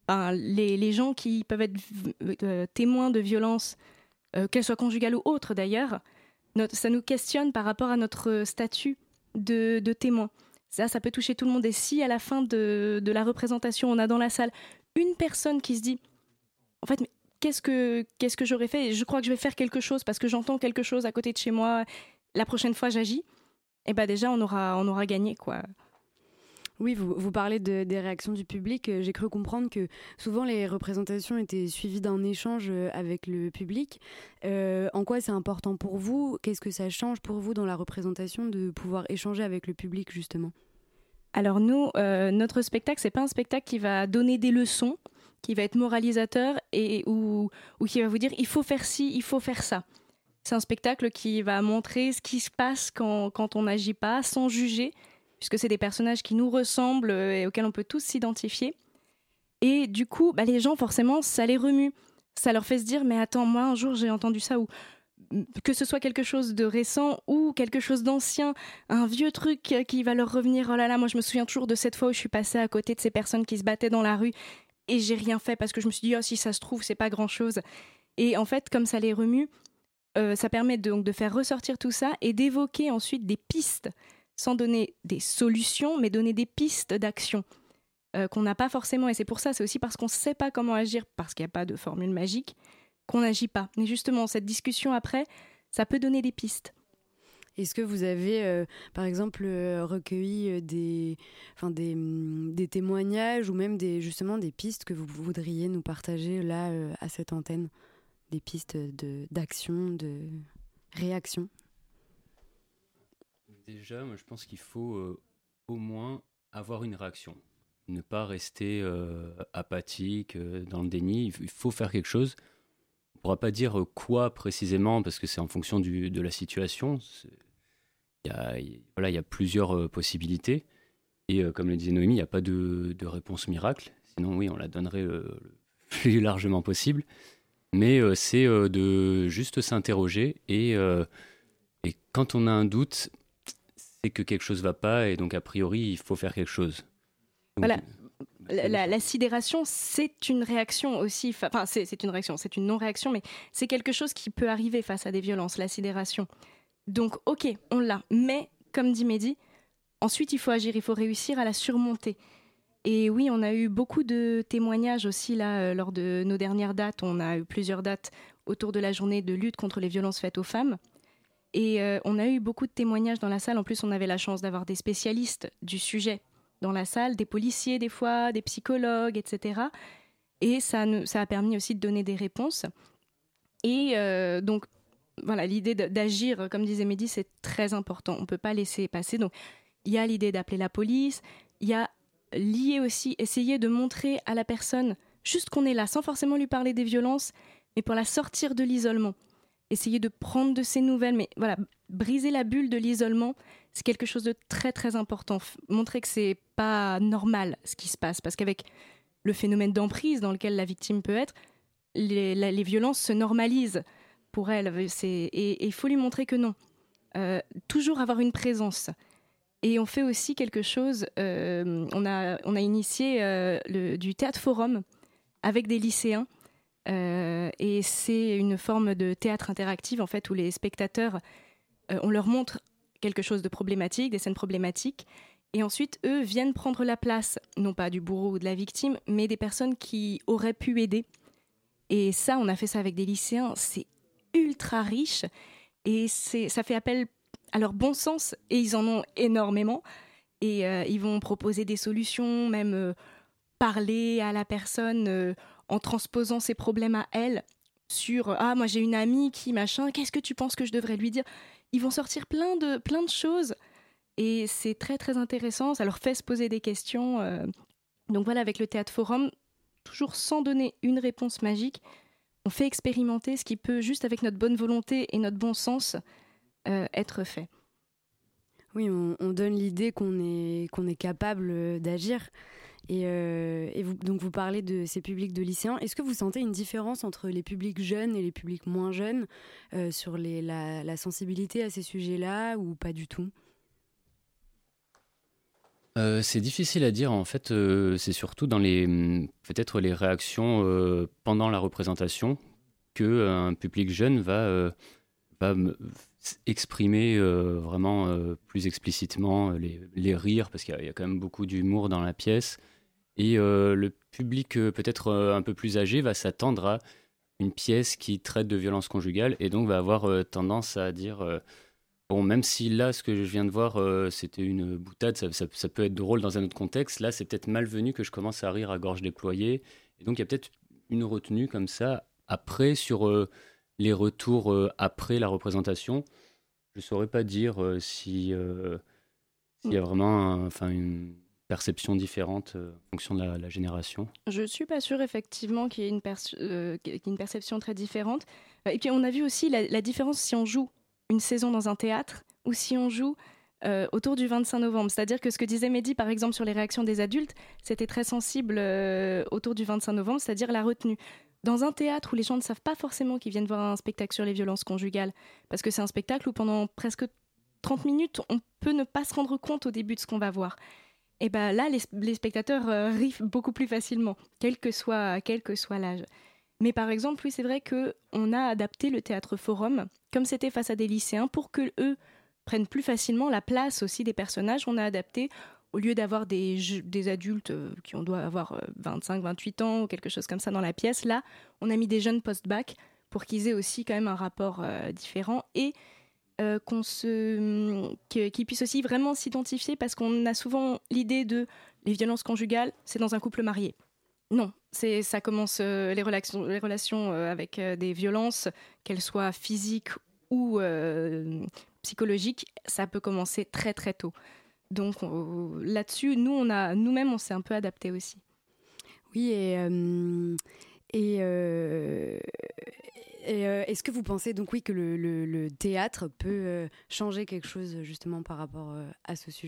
les gens qui peuvent être témoins de violences, qu'elles soient conjugales ou autres d'ailleurs, ça nous questionne par rapport à notre statut de témoin. Ça peut toucher tout le monde. Et si à la fin de la représentation, on a dans la salle une personne qui se dit « En fait, mais qu'est-ce que j'aurais fait ? Je crois que je vais faire quelque chose parce que j'entends quelque chose à côté de chez moi. La prochaine fois, j'agis. » Et déjà, on aura gagné, quoi. Oui, vous parlez des réactions du public. J'ai cru comprendre que souvent les représentations étaient suivies d'un échange avec le public. En quoi c'est important pour vous ? Qu'est-ce que ça change pour vous dans la représentation de pouvoir échanger avec le public, justement ? Alors nous, notre spectacle, c'est pas un spectacle qui va donner des leçons, qui va être moralisateur ou qui va vous dire « il faut faire ci, il faut faire ça ». C'est un spectacle qui va montrer ce qui se passe quand on n'agit pas, sans juger, puisque c'est des personnages qui nous ressemblent et auxquels on peut tous s'identifier. Et du coup, les gens, forcément, ça les remue. Ça leur fait se dire « mais attends, moi, un jour, j'ai entendu ça » ou que ce soit quelque chose de récent ou quelque chose d'ancien, un vieux truc qui va leur revenir « oh là là, moi, je me souviens toujours de cette fois où je suis passée à côté de ces personnes qui se battaient dans la rue et j'ai rien fait parce que je me suis dit « oh, si ça se trouve, c'est pas grand-chose ». Et en fait, comme ça les remue, ça permet donc de faire ressortir tout ça et d'évoquer ensuite des pistes, sans donner des solutions, mais donner des pistes d'action qu'on n'a pas forcément. Et c'est pour ça, c'est aussi parce qu'on ne sait pas comment agir, parce qu'il n'y a pas de formule magique, qu'on n'agit pas. Mais justement, cette discussion après, ça peut donner des pistes. Est-ce que vous avez, par exemple, recueilli des témoignages ou même justement des pistes que vous voudriez nous partager là, à cette antenne ? Des pistes d'action, de réaction ? Déjà, moi, je pense qu'il faut au moins avoir une réaction. Ne pas rester apathique, dans le déni. Il faut faire quelque chose. On ne pourra pas dire quoi précisément, parce que c'est en fonction de la situation. Il y a plusieurs possibilités. Et comme le disait Noémie, il n'y a pas de réponse miracle. Sinon, oui, on la donnerait le plus largement possible. Mais c'est de juste s'interroger. Et quand on a un doute, c'est que quelque chose ne va pas. Et donc, a priori, il faut faire quelque chose. Donc, voilà. La sidération, c'est une réaction aussi. Enfin, c'est une réaction, c'est une non-réaction, mais c'est quelque chose qui peut arriver face à des violences, la sidération. Donc, ok, on l'a. Mais, comme dit Mehdi, ensuite, il faut agir, il faut réussir à la surmonter. Et oui, on a eu beaucoup de témoignages aussi là, lors de nos dernières dates. On a eu plusieurs dates autour de la journée de lutte contre les violences faites aux femmes. Et on a eu beaucoup de témoignages dans la salle. En plus, on avait la chance d'avoir des spécialistes du sujet dans la salle, des policiers des fois, des psychologues, etc. Et ça a permis aussi de donner des réponses. Et donc, voilà, l'idée d'agir, comme disait Mehdi, c'est très important. On ne peut pas laisser passer. Donc, il y a l'idée d'appeler la police. Il y a lié aussi, essayer de montrer à la personne juste qu'on est là, sans forcément lui parler des violences, mais pour la sortir de l'isolement. Essayer de prendre de ses nouvelles, mais voilà, briser la bulle de l'isolement, c'est quelque chose de très très important. Montrer que c'est pas normal ce qui se passe, parce qu'avec le phénomène d'emprise dans lequel la victime peut être, les violences se normalisent pour elle. Et il faut lui montrer que non. Toujours avoir une présence. Et on fait aussi quelque chose, on a initié du théâtre forum avec des lycéens. Et c'est une forme de théâtre interactif en fait, où les spectateurs, on leur montre quelque chose de problématique, des scènes problématiques, et ensuite eux viennent prendre la place, non pas du bourreau ou de la victime, mais des personnes qui auraient pu aider. Et ça, on a fait ça avec des lycéens, c'est ultra riche, et ça fait appel à leur bon sens, et ils en ont énormément, et ils vont proposer des solutions, même parler à la personne en transposant ses problèmes à elle, sur « Ah, moi j'ai une amie qui machin, qu'est-ce que tu penses que je devrais lui dire ?» Ils vont sortir plein de choses, et c'est très très intéressant, ça leur fait se poser des questions. Donc voilà, avec le théâtre forum, toujours sans donner une réponse magique, on fait expérimenter ce qui peut, juste avec notre bonne volonté et notre bon sens, être fait. Oui, on donne l'idée qu'on est capable d'agir. Et vous parlez de ces publics de lycéens. Est-ce que vous sentez une différence entre les publics jeunes et les publics moins jeunes sur la sensibilité à ces sujets-là, ou pas du tout ? C'est difficile à dire. En fait, c'est surtout dans peut-être les réactions pendant la représentation qu'un public jeune va exprimer vraiment plus explicitement les rires, parce qu'il y a quand même beaucoup d'humour dans la pièce. Et le public peut-être un peu plus âgé va s'attendre à une pièce qui traite de violence conjugale, et donc va avoir tendance à dire bon, même si là, ce que je viens de voir, c'était une boutade, ça peut être drôle dans un autre contexte, là, c'est peut-être malvenu que je commence à rire à gorge déployée. Et donc, il y a peut-être une retenue comme ça, après, sur les retours après la représentation. Je ne saurais pas dire s'il y a vraiment une perception différente en fonction de la génération. Je ne suis pas sûre, effectivement, qu'il y ait une perception très différente. Et puis, on a vu aussi la différence si on joue une saison dans un théâtre ou si on joue autour du 25 novembre. C'est-à-dire que ce que disait Mehdi, par exemple, sur les réactions des adultes, c'était très sensible autour du 25 novembre, c'est-à-dire la retenue. Dans un théâtre où les gens ne savent pas forcément qu'ils viennent voir un spectacle sur les violences conjugales, parce que c'est un spectacle où pendant presque 30 minutes, on peut ne pas se rendre compte au début de ce qu'on va voir. Et bien là, les spectateurs rient beaucoup plus facilement, quel que soit l'âge. Mais par exemple, oui, c'est vrai qu'on a adapté le théâtre forum, comme c'était face à des lycéens, pour qu'eux prennent plus facilement la place aussi des personnages. On a adapté, au lieu d'avoir des adultes qui doivent avoir 25, 28 ans ou quelque chose comme ça dans la pièce, là, on a mis des jeunes post-bac pour qu'ils aient aussi quand même un rapport différent, et qu'ils puissent aussi vraiment s'identifier, parce qu'on a souvent l'idée de les violences conjugales, c'est dans un couple marié. Non, ça commence les relations avec des violences, qu'elles soient physiques ou psychologiques, ça peut commencer très très tôt. Donc là-dessus, nous-mêmes, on s'est un peu adapté aussi. Oui, est-ce que vous pensez donc que le théâtre peut changer quelque chose justement par rapport à ce sujet ?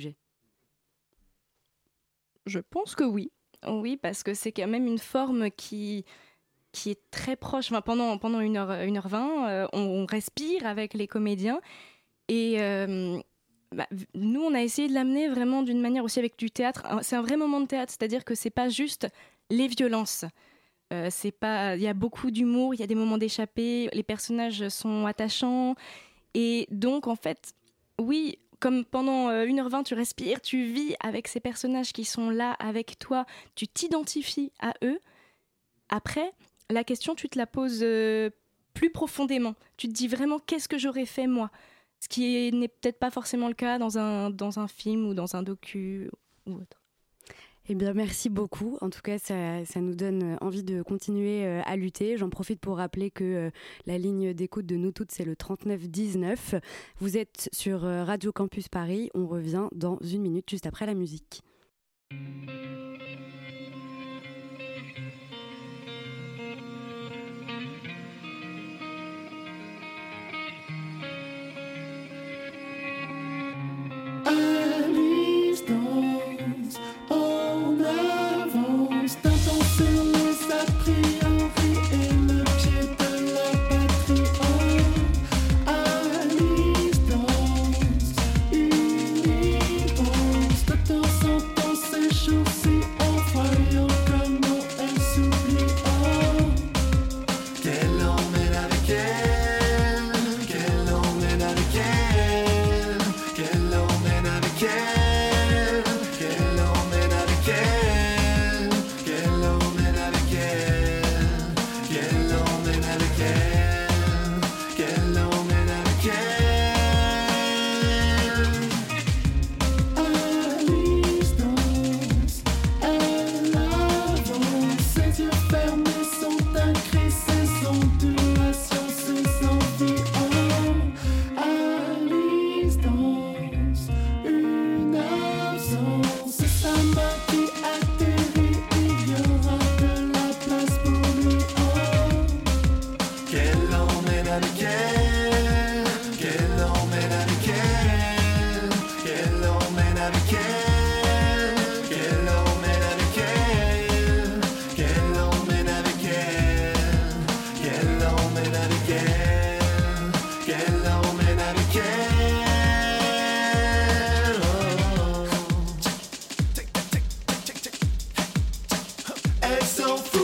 Je pense que oui. Oui, parce que c'est quand même une forme qui est très proche. Enfin, pendant 1h20, on respire avec les comédiens. Et nous, on a essayé de l'amener vraiment d'une manière aussi avec du théâtre. C'est un vrai moment de théâtre, c'est-à-dire que c'est pas juste les violences. Il y a beaucoup d'humour, il y a des moments d'échappée, les personnages sont attachants. Et donc, en fait, oui, comme pendant 1h20, tu respires, tu vis avec ces personnages qui sont là avec toi, tu t'identifies à eux. Après, la question, tu te la poses plus profondément. Tu te dis vraiment, qu'est-ce que j'aurais fait moi ? Ce qui n'est peut-être pas forcément le cas dans un film ou dans un docu ou autre. Eh bien, merci beaucoup. En tout cas, ça nous donne envie de continuer à lutter. J'en profite pour rappeler que la ligne d'écoute de nous toutes, c'est le 3919. Vous êtes sur Radio Campus Paris. On revient dans 1 minute, juste après la musique. Une avec elle, qu'elle l'emmène avec elle, qu'elle l'emmène avec elle, qu'elle l'emmène avec elle, qu'elle l'emmène avec elle. Oh. Elle s'en fout.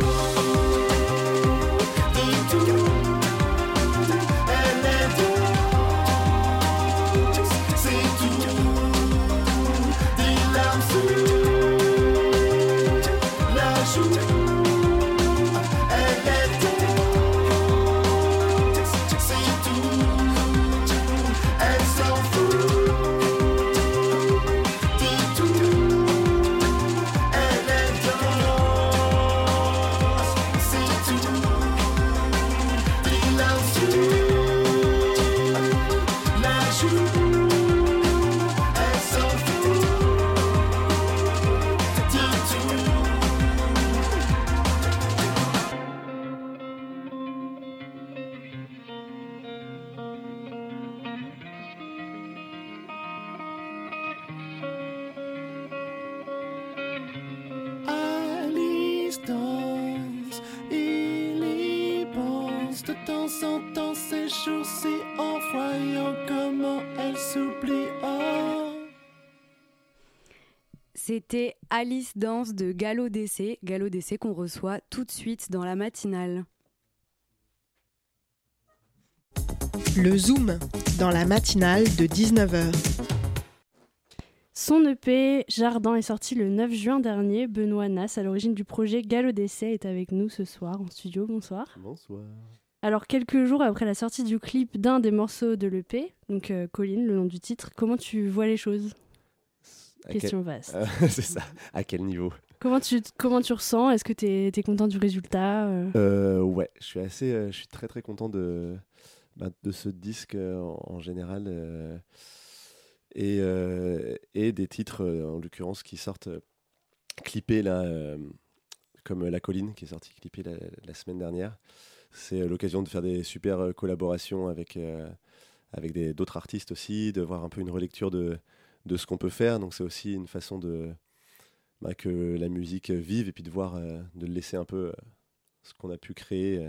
Alice danse, il y pense de temps en temps ces jours-ci en voyant comment elle s'oublie. Oh. C'était Alice Danse de Gallo d'essai qu'on reçoit tout de suite dans la matinale. Le Zoom, dans la matinale de 19h. Son EP Jardin est sorti le 9 juin dernier. Benoît Nas, à l'origine du projet Gallo d'essai, est avec nous ce soir en studio. Bonsoir. Bonsoir. Alors, quelques jours après la sortie du clip d'un des morceaux de l'EP, donc Colline, le nom du titre, comment tu vois les choses ? Question vaste. C'est ça. À quel niveau ? Comment tu ressens ? Est-ce que tu es content du résultat ? Ouais, je suis très très content de ce disque en général et des titres en l'occurrence qui sortent clippés là, comme La Colline qui est sorti clippé la semaine dernière. C'est l'occasion de faire des super collaborations avec d'autres artistes aussi, de voir un peu une relecture de ce qu'on peut faire. Donc c'est aussi une façon que la musique vive et puis de voir, de laisser un peu ce qu'on a pu créer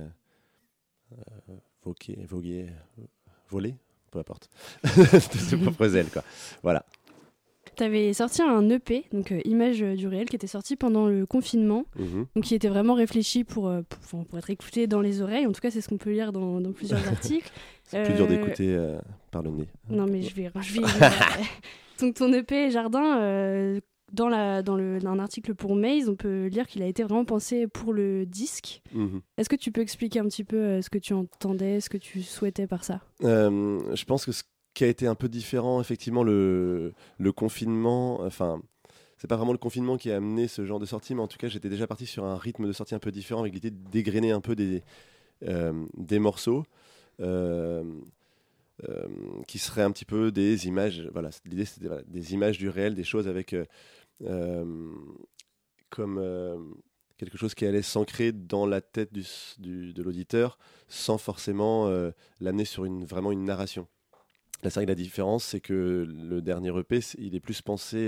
voler, peu importe, de ses propres ailes, quoi. Voilà. Tu avais sorti un EP, donc Image du réel, qui était sorti pendant le confinement, donc qui était vraiment réfléchi pour être écouté dans les oreilles. En tout cas, c'est ce qu'on peut lire dans plusieurs articles. C'est plus dur d'écouter par le nez. Non, mais je vais donc ton EP Jardin, dans un article pour Maze, on peut lire qu'il a été vraiment pensé pour le disque. Est-ce que tu peux expliquer un petit peu ce que tu entendais, ce que tu souhaitais par ça ? Je pense que ce qui a été un peu différent, effectivement, le confinement, enfin, c'est pas vraiment le confinement qui a amené ce genre de sortie, mais en tout cas, j'étais déjà parti sur un rythme de sortie un peu différent, avec l'idée de dégrainer un peu des morceaux qui seraient un petit peu des images. Voilà, l'idée, c'était des images du réel, des choses avec comme quelque chose qui allait s'ancrer dans la tête de l'auditeur, sans forcément l'amener sur vraiment une narration. Là, c'est vrai que la différence, c'est que le dernier EP, il est plus pensé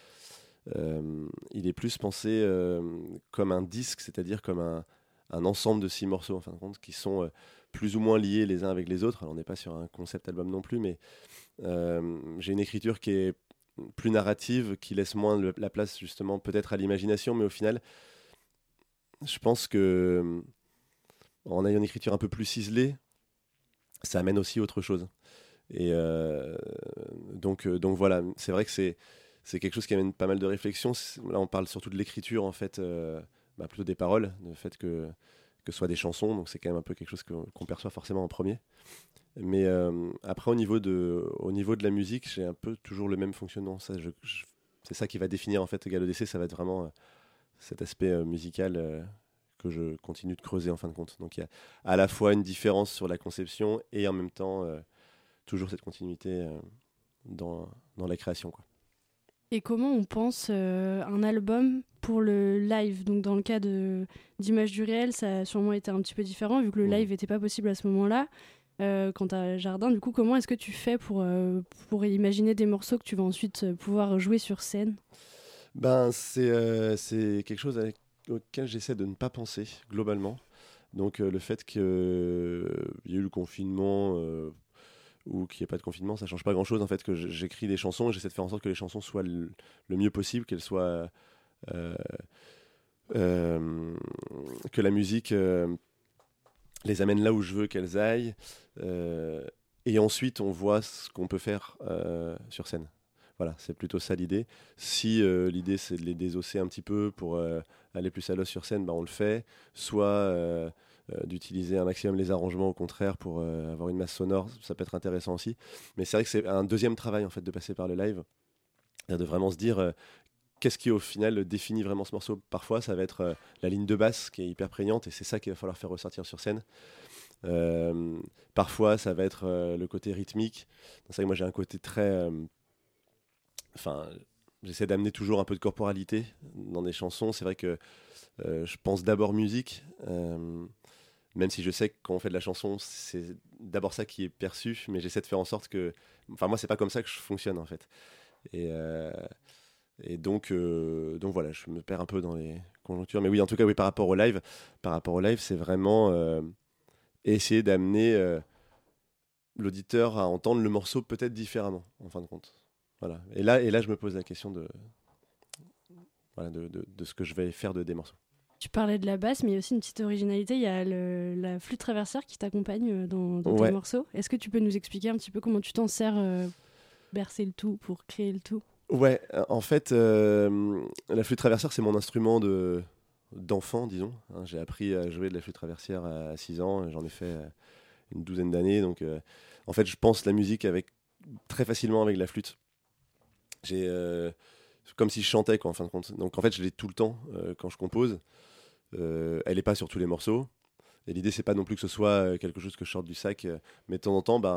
comme un disque, c'est-à-dire comme un ensemble de 6 morceaux, en fin de compte, qui sont plus ou moins liés les uns avec les autres. Alors, on n'est pas sur un concept album non plus, mais j'ai une écriture qui est plus narrative, qui laisse moins la place justement peut-être à l'imagination, mais au final, je pense que en ayant une écriture un peu plus ciselée, ça amène aussi autre chose. Et donc voilà, c'est vrai que c'est quelque chose qui amène pas mal de réflexions. Là, on parle surtout de l'écriture, en fait, plutôt des paroles, le fait que ce soit des chansons, donc c'est quand même un peu quelque chose qu'on perçoit forcément en premier. Mais après, au niveau de la musique, j'ai un peu toujours le même fonctionnement. Ça, c'est ça qui va définir, en fait, Gallo d'essai, ça va être vraiment cet aspect musical que je continue de creuser, en fin de compte. Donc il y a à la fois une différence sur la conception et en même temps toujours cette continuité dans la création, quoi. Et comment on pense un album pour le live ? Donc dans le cas d'Image du réel, ça a sûrement été un petit peu différent, vu que le live n'était pas possible à ce moment-là. quand tu as jardin. Du coup, comment est-ce que tu fais pour imaginer des morceaux que tu vas ensuite pouvoir jouer sur scène? C'est quelque chose auquel j'essaie de ne pas penser globalement. Donc le fait qu'il y ait eu le confinement ou qu'il n'y ait pas de confinement, ça ne change pas grand-chose en fait, que j'écris des chansons et j'essaie de faire en sorte que les chansons soient le mieux possible, qu'elles soient que la musique les amène là où je veux qu'elles aillent, et ensuite on voit ce qu'on peut faire sur scène. Voilà, c'est plutôt ça l'idée. Si l'idée c'est de les désosser un petit peu pour aller plus à l'os sur scène, on le fait. Soit d'utiliser un maximum les arrangements au contraire pour avoir une masse sonore, ça peut être intéressant aussi. Mais c'est vrai que c'est un deuxième travail en fait de passer par le live, de vraiment se dire qu'est-ce qui au final définit vraiment ce morceau. Parfois ça va être la ligne de basse qui est hyper prégnante et c'est ça qu'il va falloir faire ressortir sur scène. Parfois ça va être le côté rythmique. C'est vrai que moi j'ai un côté très... j'essaie d'amener toujours un peu de corporalité dans des chansons. C'est vrai que je pense d'abord musique, même si je sais que quand on fait de la chanson, c'est d'abord ça qui est perçu, mais j'essaie de faire en sorte que... moi, c'est pas comme ça que je fonctionne, en fait. Et donc voilà, je me perds un peu dans les conjonctures. Mais oui, en tout cas, oui, par rapport au live, c'est vraiment essayer d'amener l'auditeur à entendre le morceau peut-être différemment, en fin de compte. Voilà. Et là, je me pose la question de ce que je vais faire des morceaux. Tu parlais de la basse, mais il y a aussi une petite originalité. Il y a la flûte traversière qui t'accompagne dans tes morceaux. Est-ce que tu peux nous expliquer un petit peu comment tu t'en sers, bercer le tout pour créer le tout? Ouais, en fait, la flûte traversière, c'est mon instrument d'enfant, disons. J'ai appris à jouer de la flûte traversière à 6 ans. J'en ai fait une 12aine d'années. Donc, en fait, je pense la musique très facilement avec la flûte. Comme si je chantais, quoi, en fin de compte. Donc en fait, je l'ai tout le temps quand je compose. Elle n'est pas sur tous les morceaux. Et l'idée, c'est pas non plus que ce soit quelque chose que je sorte du sac. Mais de temps en temps,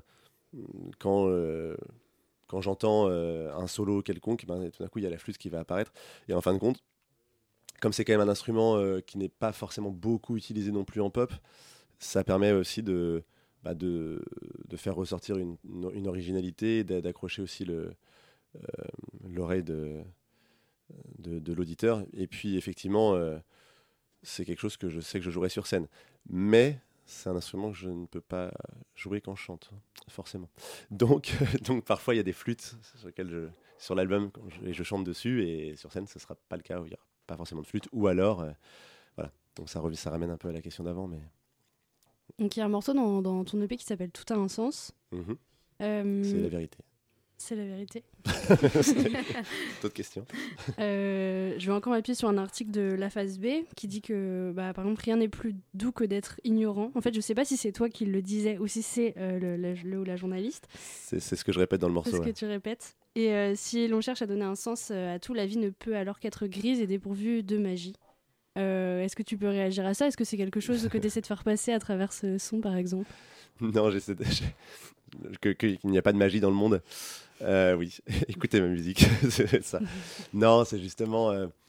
quand j'entends un solo quelconque, tout d'un coup, il y a la flûte qui va apparaître. Et en fin de compte, comme c'est quand même un instrument qui n'est pas forcément beaucoup utilisé non plus en pop, ça permet aussi de faire ressortir une originalité, d'accrocher aussi l'oreille de l'auditeur. Et puis effectivement c'est quelque chose que je sais que je jouerai sur scène, mais c'est un instrument que je ne peux pas jouer quand je chante, forcément. Donc parfois il y a des flûtes sur l'album et je chante dessus, et sur scène ce sera pas le cas, où il n'y aura pas forcément de flûte, ou alors voilà. Donc ça ramène un peu à la question d'avant. Mais donc il y a un morceau dans ton EP qui s'appelle Tout a un sens. C'est la vérité. C'est la vérité. D'autres questions. Je vais encore m'appuyer sur un article de La Phase B qui dit que, par exemple, rien n'est plus doux que d'être ignorant. En fait, je ne sais pas si c'est toi qui le disais ou si c'est le ou la journaliste. C'est ce que je répète dans le morceau. C'est ce que tu répètes. Et si l'on cherche à donner un sens à tout, la vie ne peut alors qu'être grise et dépourvue de magie. Est-ce que tu peux réagir à ça? Est-ce que c'est quelque chose que tu essaies de faire passer à travers ce son, par exemple? Non, qu'il n'y a pas de magie dans le monde. Oui, écoutez ma musique, c'est ça. Non, c'est justement...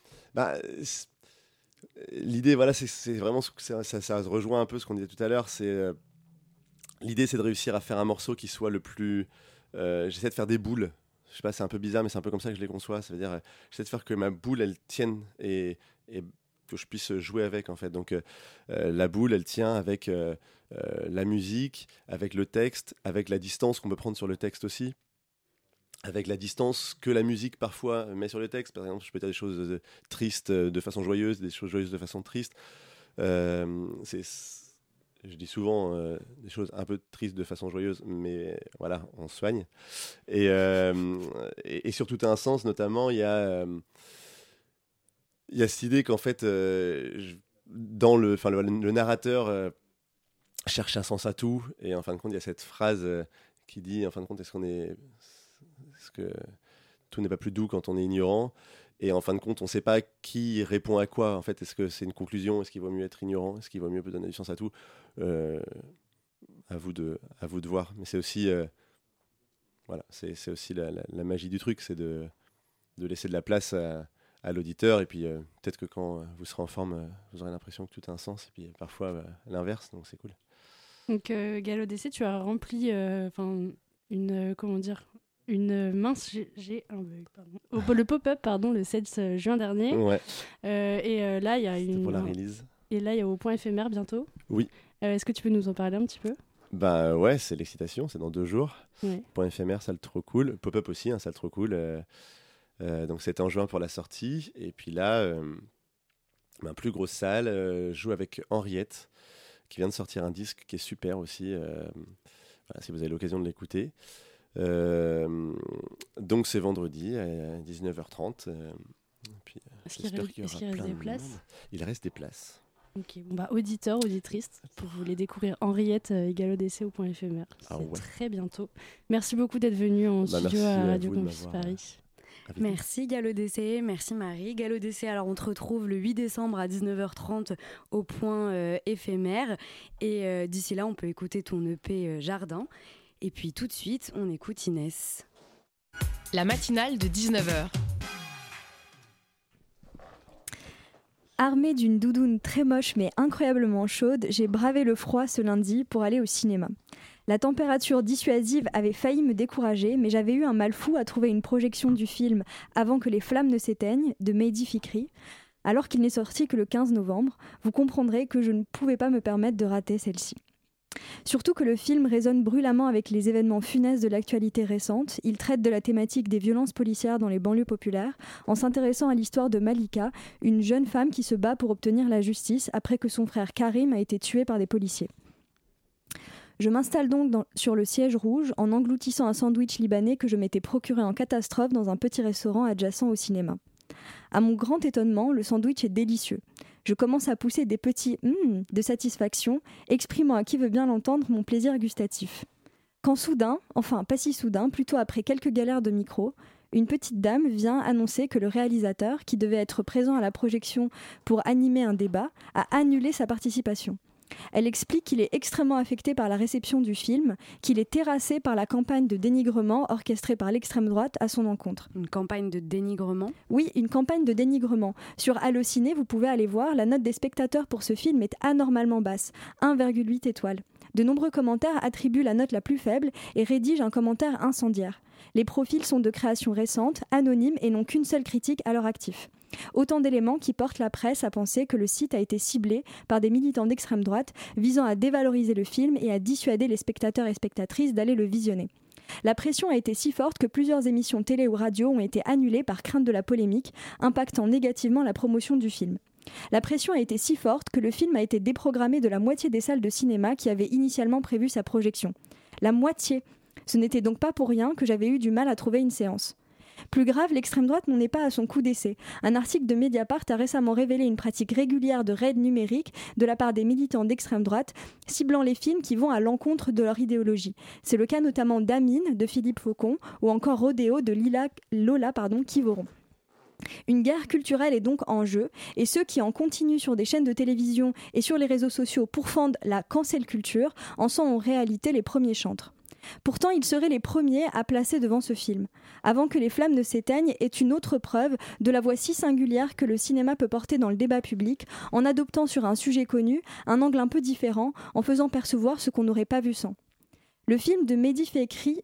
l'idée, voilà, c'est vraiment... Ça rejoint un peu ce qu'on disait tout à l'heure. L'idée, c'est de réussir à faire un morceau qui soit le plus... j'essaie de faire des boules. Je sais pas, c'est un peu bizarre, mais c'est un peu comme ça que je les conçois. Ça veut dire, j'essaie de faire que ma boule, elle tienne et que je puisse jouer avec, en fait. Donc la boule, elle tient avec la musique, avec le texte, avec la distance qu'on peut prendre sur le texte aussi, avec la distance que la musique parfois met sur le texte. Par exemple, je peux dire des choses tristes de façon joyeuse, des choses joyeuses de façon triste. Je dis souvent des choses un peu tristes de façon joyeuse, mais voilà, on soigne. Et sur Tout a un sens, notamment, il y a cette idée qu'en fait, le narrateur cherche un sens à tout, et en fin de compte, il y a cette phrase qui dit, en fin de compte, est-ce que tout n'est pas plus doux quand on est ignorant? Et en fin de compte, on ne sait pas qui répond à quoi. En fait, est-ce que c'est une conclusion? Est-ce qu'il vaut mieux être ignorant? Est-ce qu'il vaut mieux donner du sens à tout? À vous de voir. Mais c'est aussi, c'est aussi la magie du truc, c'est de laisser de la place à l'auditeur, et puis peut-être que quand vous serez en forme, vous aurez l'impression que tout a un sens, et puis parfois l'inverse, donc c'est cool. Donc Gallo DC, tu as rempli une mince, j'ai un bug, pardon. Le pop-up, pardon, le 7 juin dernier. Ouais. Et là, il y a C'était pour la release. Et là, il y a au point éphémère bientôt. Oui. Est-ce que tu peux nous en parler un petit peu ? Bah ouais, c'est l'excitation, c'est dans 2 jours. Ouais. Point éphémère, salle trop cool. Pop-up aussi, salle trop cool. Donc c'était en juin pour la sortie. Et puis là, ma plus grosse salle, joue avec Henriette, qui vient de sortir un disque qui est super aussi. Voilà, si vous avez l'occasion de l'écouter. Donc c'est vendredi à 19h30. Puis, Est-ce qu'il reste des places ? Il reste des places. Ok, bon bah auditeurs, auditrices, pour vous les découvrir, Henriette et Gallo DC au point éphémère. C'est très bientôt. Merci beaucoup d'être venu en studio à Radio Campus Paris. Merci Gallo DC, merci Marie. Gallo DC, alors on te retrouve le 8 décembre à 19h30 au point éphémère. Et d'ici là, on peut écouter ton EP Jardin. Et puis tout de suite, on écoute Inès. La matinale de 19h. Armée d'une doudoune très moche mais incroyablement chaude, j'ai bravé le froid ce lundi pour aller au cinéma. La température dissuasive avait failli me décourager, mais j'avais eu un mal fou à trouver une projection du film Avant que les flammes ne s'éteignent de Mehdi Fikri. Alors qu'il n'est sorti que le 15 novembre, vous comprendrez que je ne pouvais pas me permettre de rater celle-ci. Surtout que le film résonne brûlamment avec les événements funestes de l'actualité récente. Il traite de la thématique des violences policières dans les banlieues populaires en s'intéressant à l'histoire de Malika, une jeune femme qui se bat pour obtenir la justice après que son frère Karim a été tué par des policiers. Je m'installe donc sur le siège rouge en engloutissant un sandwich libanais que je m'étais procuré en catastrophe dans un petit restaurant adjacent au cinéma. À mon grand étonnement, le sandwich est délicieux. Je commence à pousser des petits « de satisfaction, exprimant à qui veut bien l'entendre mon plaisir gustatif. Quand soudain, enfin pas si soudain, plutôt après quelques galères de micro, une petite dame vient annoncer que le réalisateur, qui devait être présent à la projection pour animer un débat, a annulé sa participation. Elle explique qu'il est extrêmement affecté par la réception du film, qu'il est terrassé par la campagne de dénigrement orchestrée par l'extrême droite à son encontre. Une campagne de dénigrement ? Oui, une campagne de dénigrement. Sur Allociné, vous pouvez aller voir, la note des spectateurs pour ce film est anormalement basse, 1,8 étoiles. De nombreux commentaires attribuent la note la plus faible et rédigent un commentaire incendiaire. Les profils sont de création récente, anonymes et n'ont qu'une seule critique à leur actif. Autant d'éléments qui portent la presse à penser que le site a été ciblé par des militants d'extrême droite visant à dévaloriser le film et à dissuader les spectateurs et spectatrices d'aller le visionner. La pression a été si forte que plusieurs émissions télé ou radio ont été annulées par crainte de la polémique, impactant négativement la promotion du film. La pression a été si forte que le film a été déprogrammé de la moitié des salles de cinéma qui avaient initialement prévu sa projection. La moitié. Ce n'était donc pas pour rien que j'avais eu du mal à trouver une séance. Plus grave, l'extrême droite n'en est pas à son coup d'essai. Un article de Mediapart a récemment révélé une pratique régulière de raids numériques de la part des militants d'extrême droite, ciblant les films qui vont à l'encontre de leur idéologie. C'est le cas notamment d'Amine, de Philippe Faucon, ou encore Rodéo de Lola Kivoron. Une guerre culturelle est donc en jeu, et ceux qui en continuent sur des chaînes de télévision et sur les réseaux sociaux pourfendent la cancel culture en sont en réalité les premiers chantres. Pourtant, ils seraient les premiers à placer devant ce film. Avant que les flammes ne s'éteignent est une autre preuve de la voix si singulière que le cinéma peut porter dans le débat public, en adoptant sur un sujet connu un angle un peu différent, en faisant percevoir ce qu'on n'aurait pas vu sans. Le film de Mehdi Fikri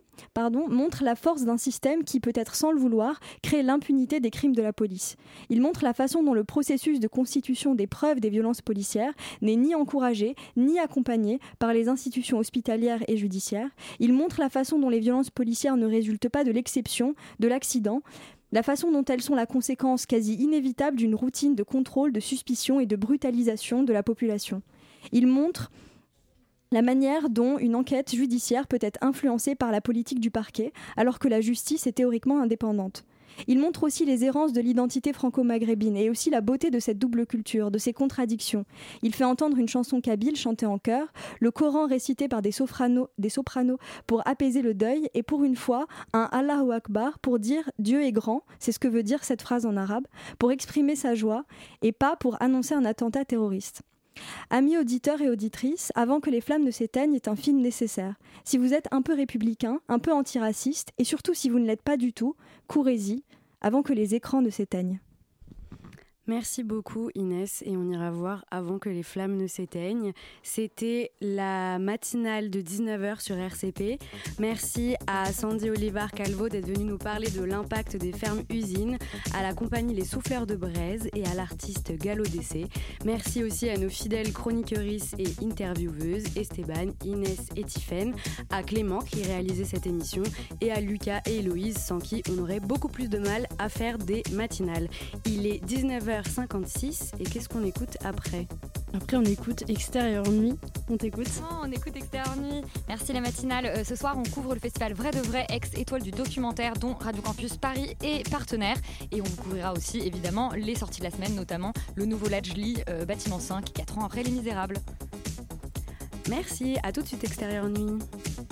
montre la force d'un système qui, peut-être sans le vouloir, crée l'impunité des crimes de la police. Il montre la façon dont le processus de constitution des preuves des violences policières n'est ni encouragé, ni accompagné par les institutions hospitalières et judiciaires. Il montre la façon dont les violences policières ne résultent pas de l'exception, de l'accident, la façon dont elles sont la conséquence quasi inévitable d'une routine de contrôle, de suspicion et de brutalisation de la population. Il montre la manière dont une enquête judiciaire peut être influencée par la politique du parquet, alors que la justice est théoriquement indépendante. Il montre aussi les errances de l'identité franco-maghrébine et aussi la beauté de cette double culture, de ses contradictions. Il fait entendre une chanson kabyle chantée en chœur, le Coran récité par des sopranos pour apaiser le deuil et pour une fois un Allahu Akbar pour dire Dieu est grand, c'est ce que veut dire cette phrase en arabe, pour exprimer sa joie et pas pour annoncer un attentat terroriste. Amis auditeurs et auditrices, Avant que les flammes ne s'éteignent est un film nécessaire. Si vous êtes un peu républicain, un peu antiraciste, et surtout si vous ne l'êtes pas du tout, courez-y, avant que les écrans ne s'éteignent. Merci beaucoup Inès et on ira voir avant que les flammes ne s'éteignent. C'était la matinale de 19h sur RCP. Merci à Sandy Olivar Calvo d'être venue nous parler de l'impact des fermes-usines, à la compagnie Les Souffleurs de Braise et à l'artiste Gallo Dessé. Merci aussi à nos fidèles chroniqueuristes et intervieweuses Esteban, Inès et Tiffaine, à Clément qui réalisait cette émission et à Lucas et Héloïse sans qui on aurait beaucoup plus de mal à faire des matinales. Il est 19h56 et qu'est-ce qu'on écoute après ? Après on écoute Extérieur Nuit. On t'écoute ? On écoute Extérieur Nuit. Merci la matinale. Ce soir on couvre le festival Vrai de Vrai, ex-étoile du documentaire dont Radio Campus Paris est partenaire. Et on vous couvrira aussi évidemment les sorties de la semaine, notamment le nouveau Lajli, Bâtiment 5, 4 ans après Les Misérables. Merci, à tout de suite Extérieur Nuit.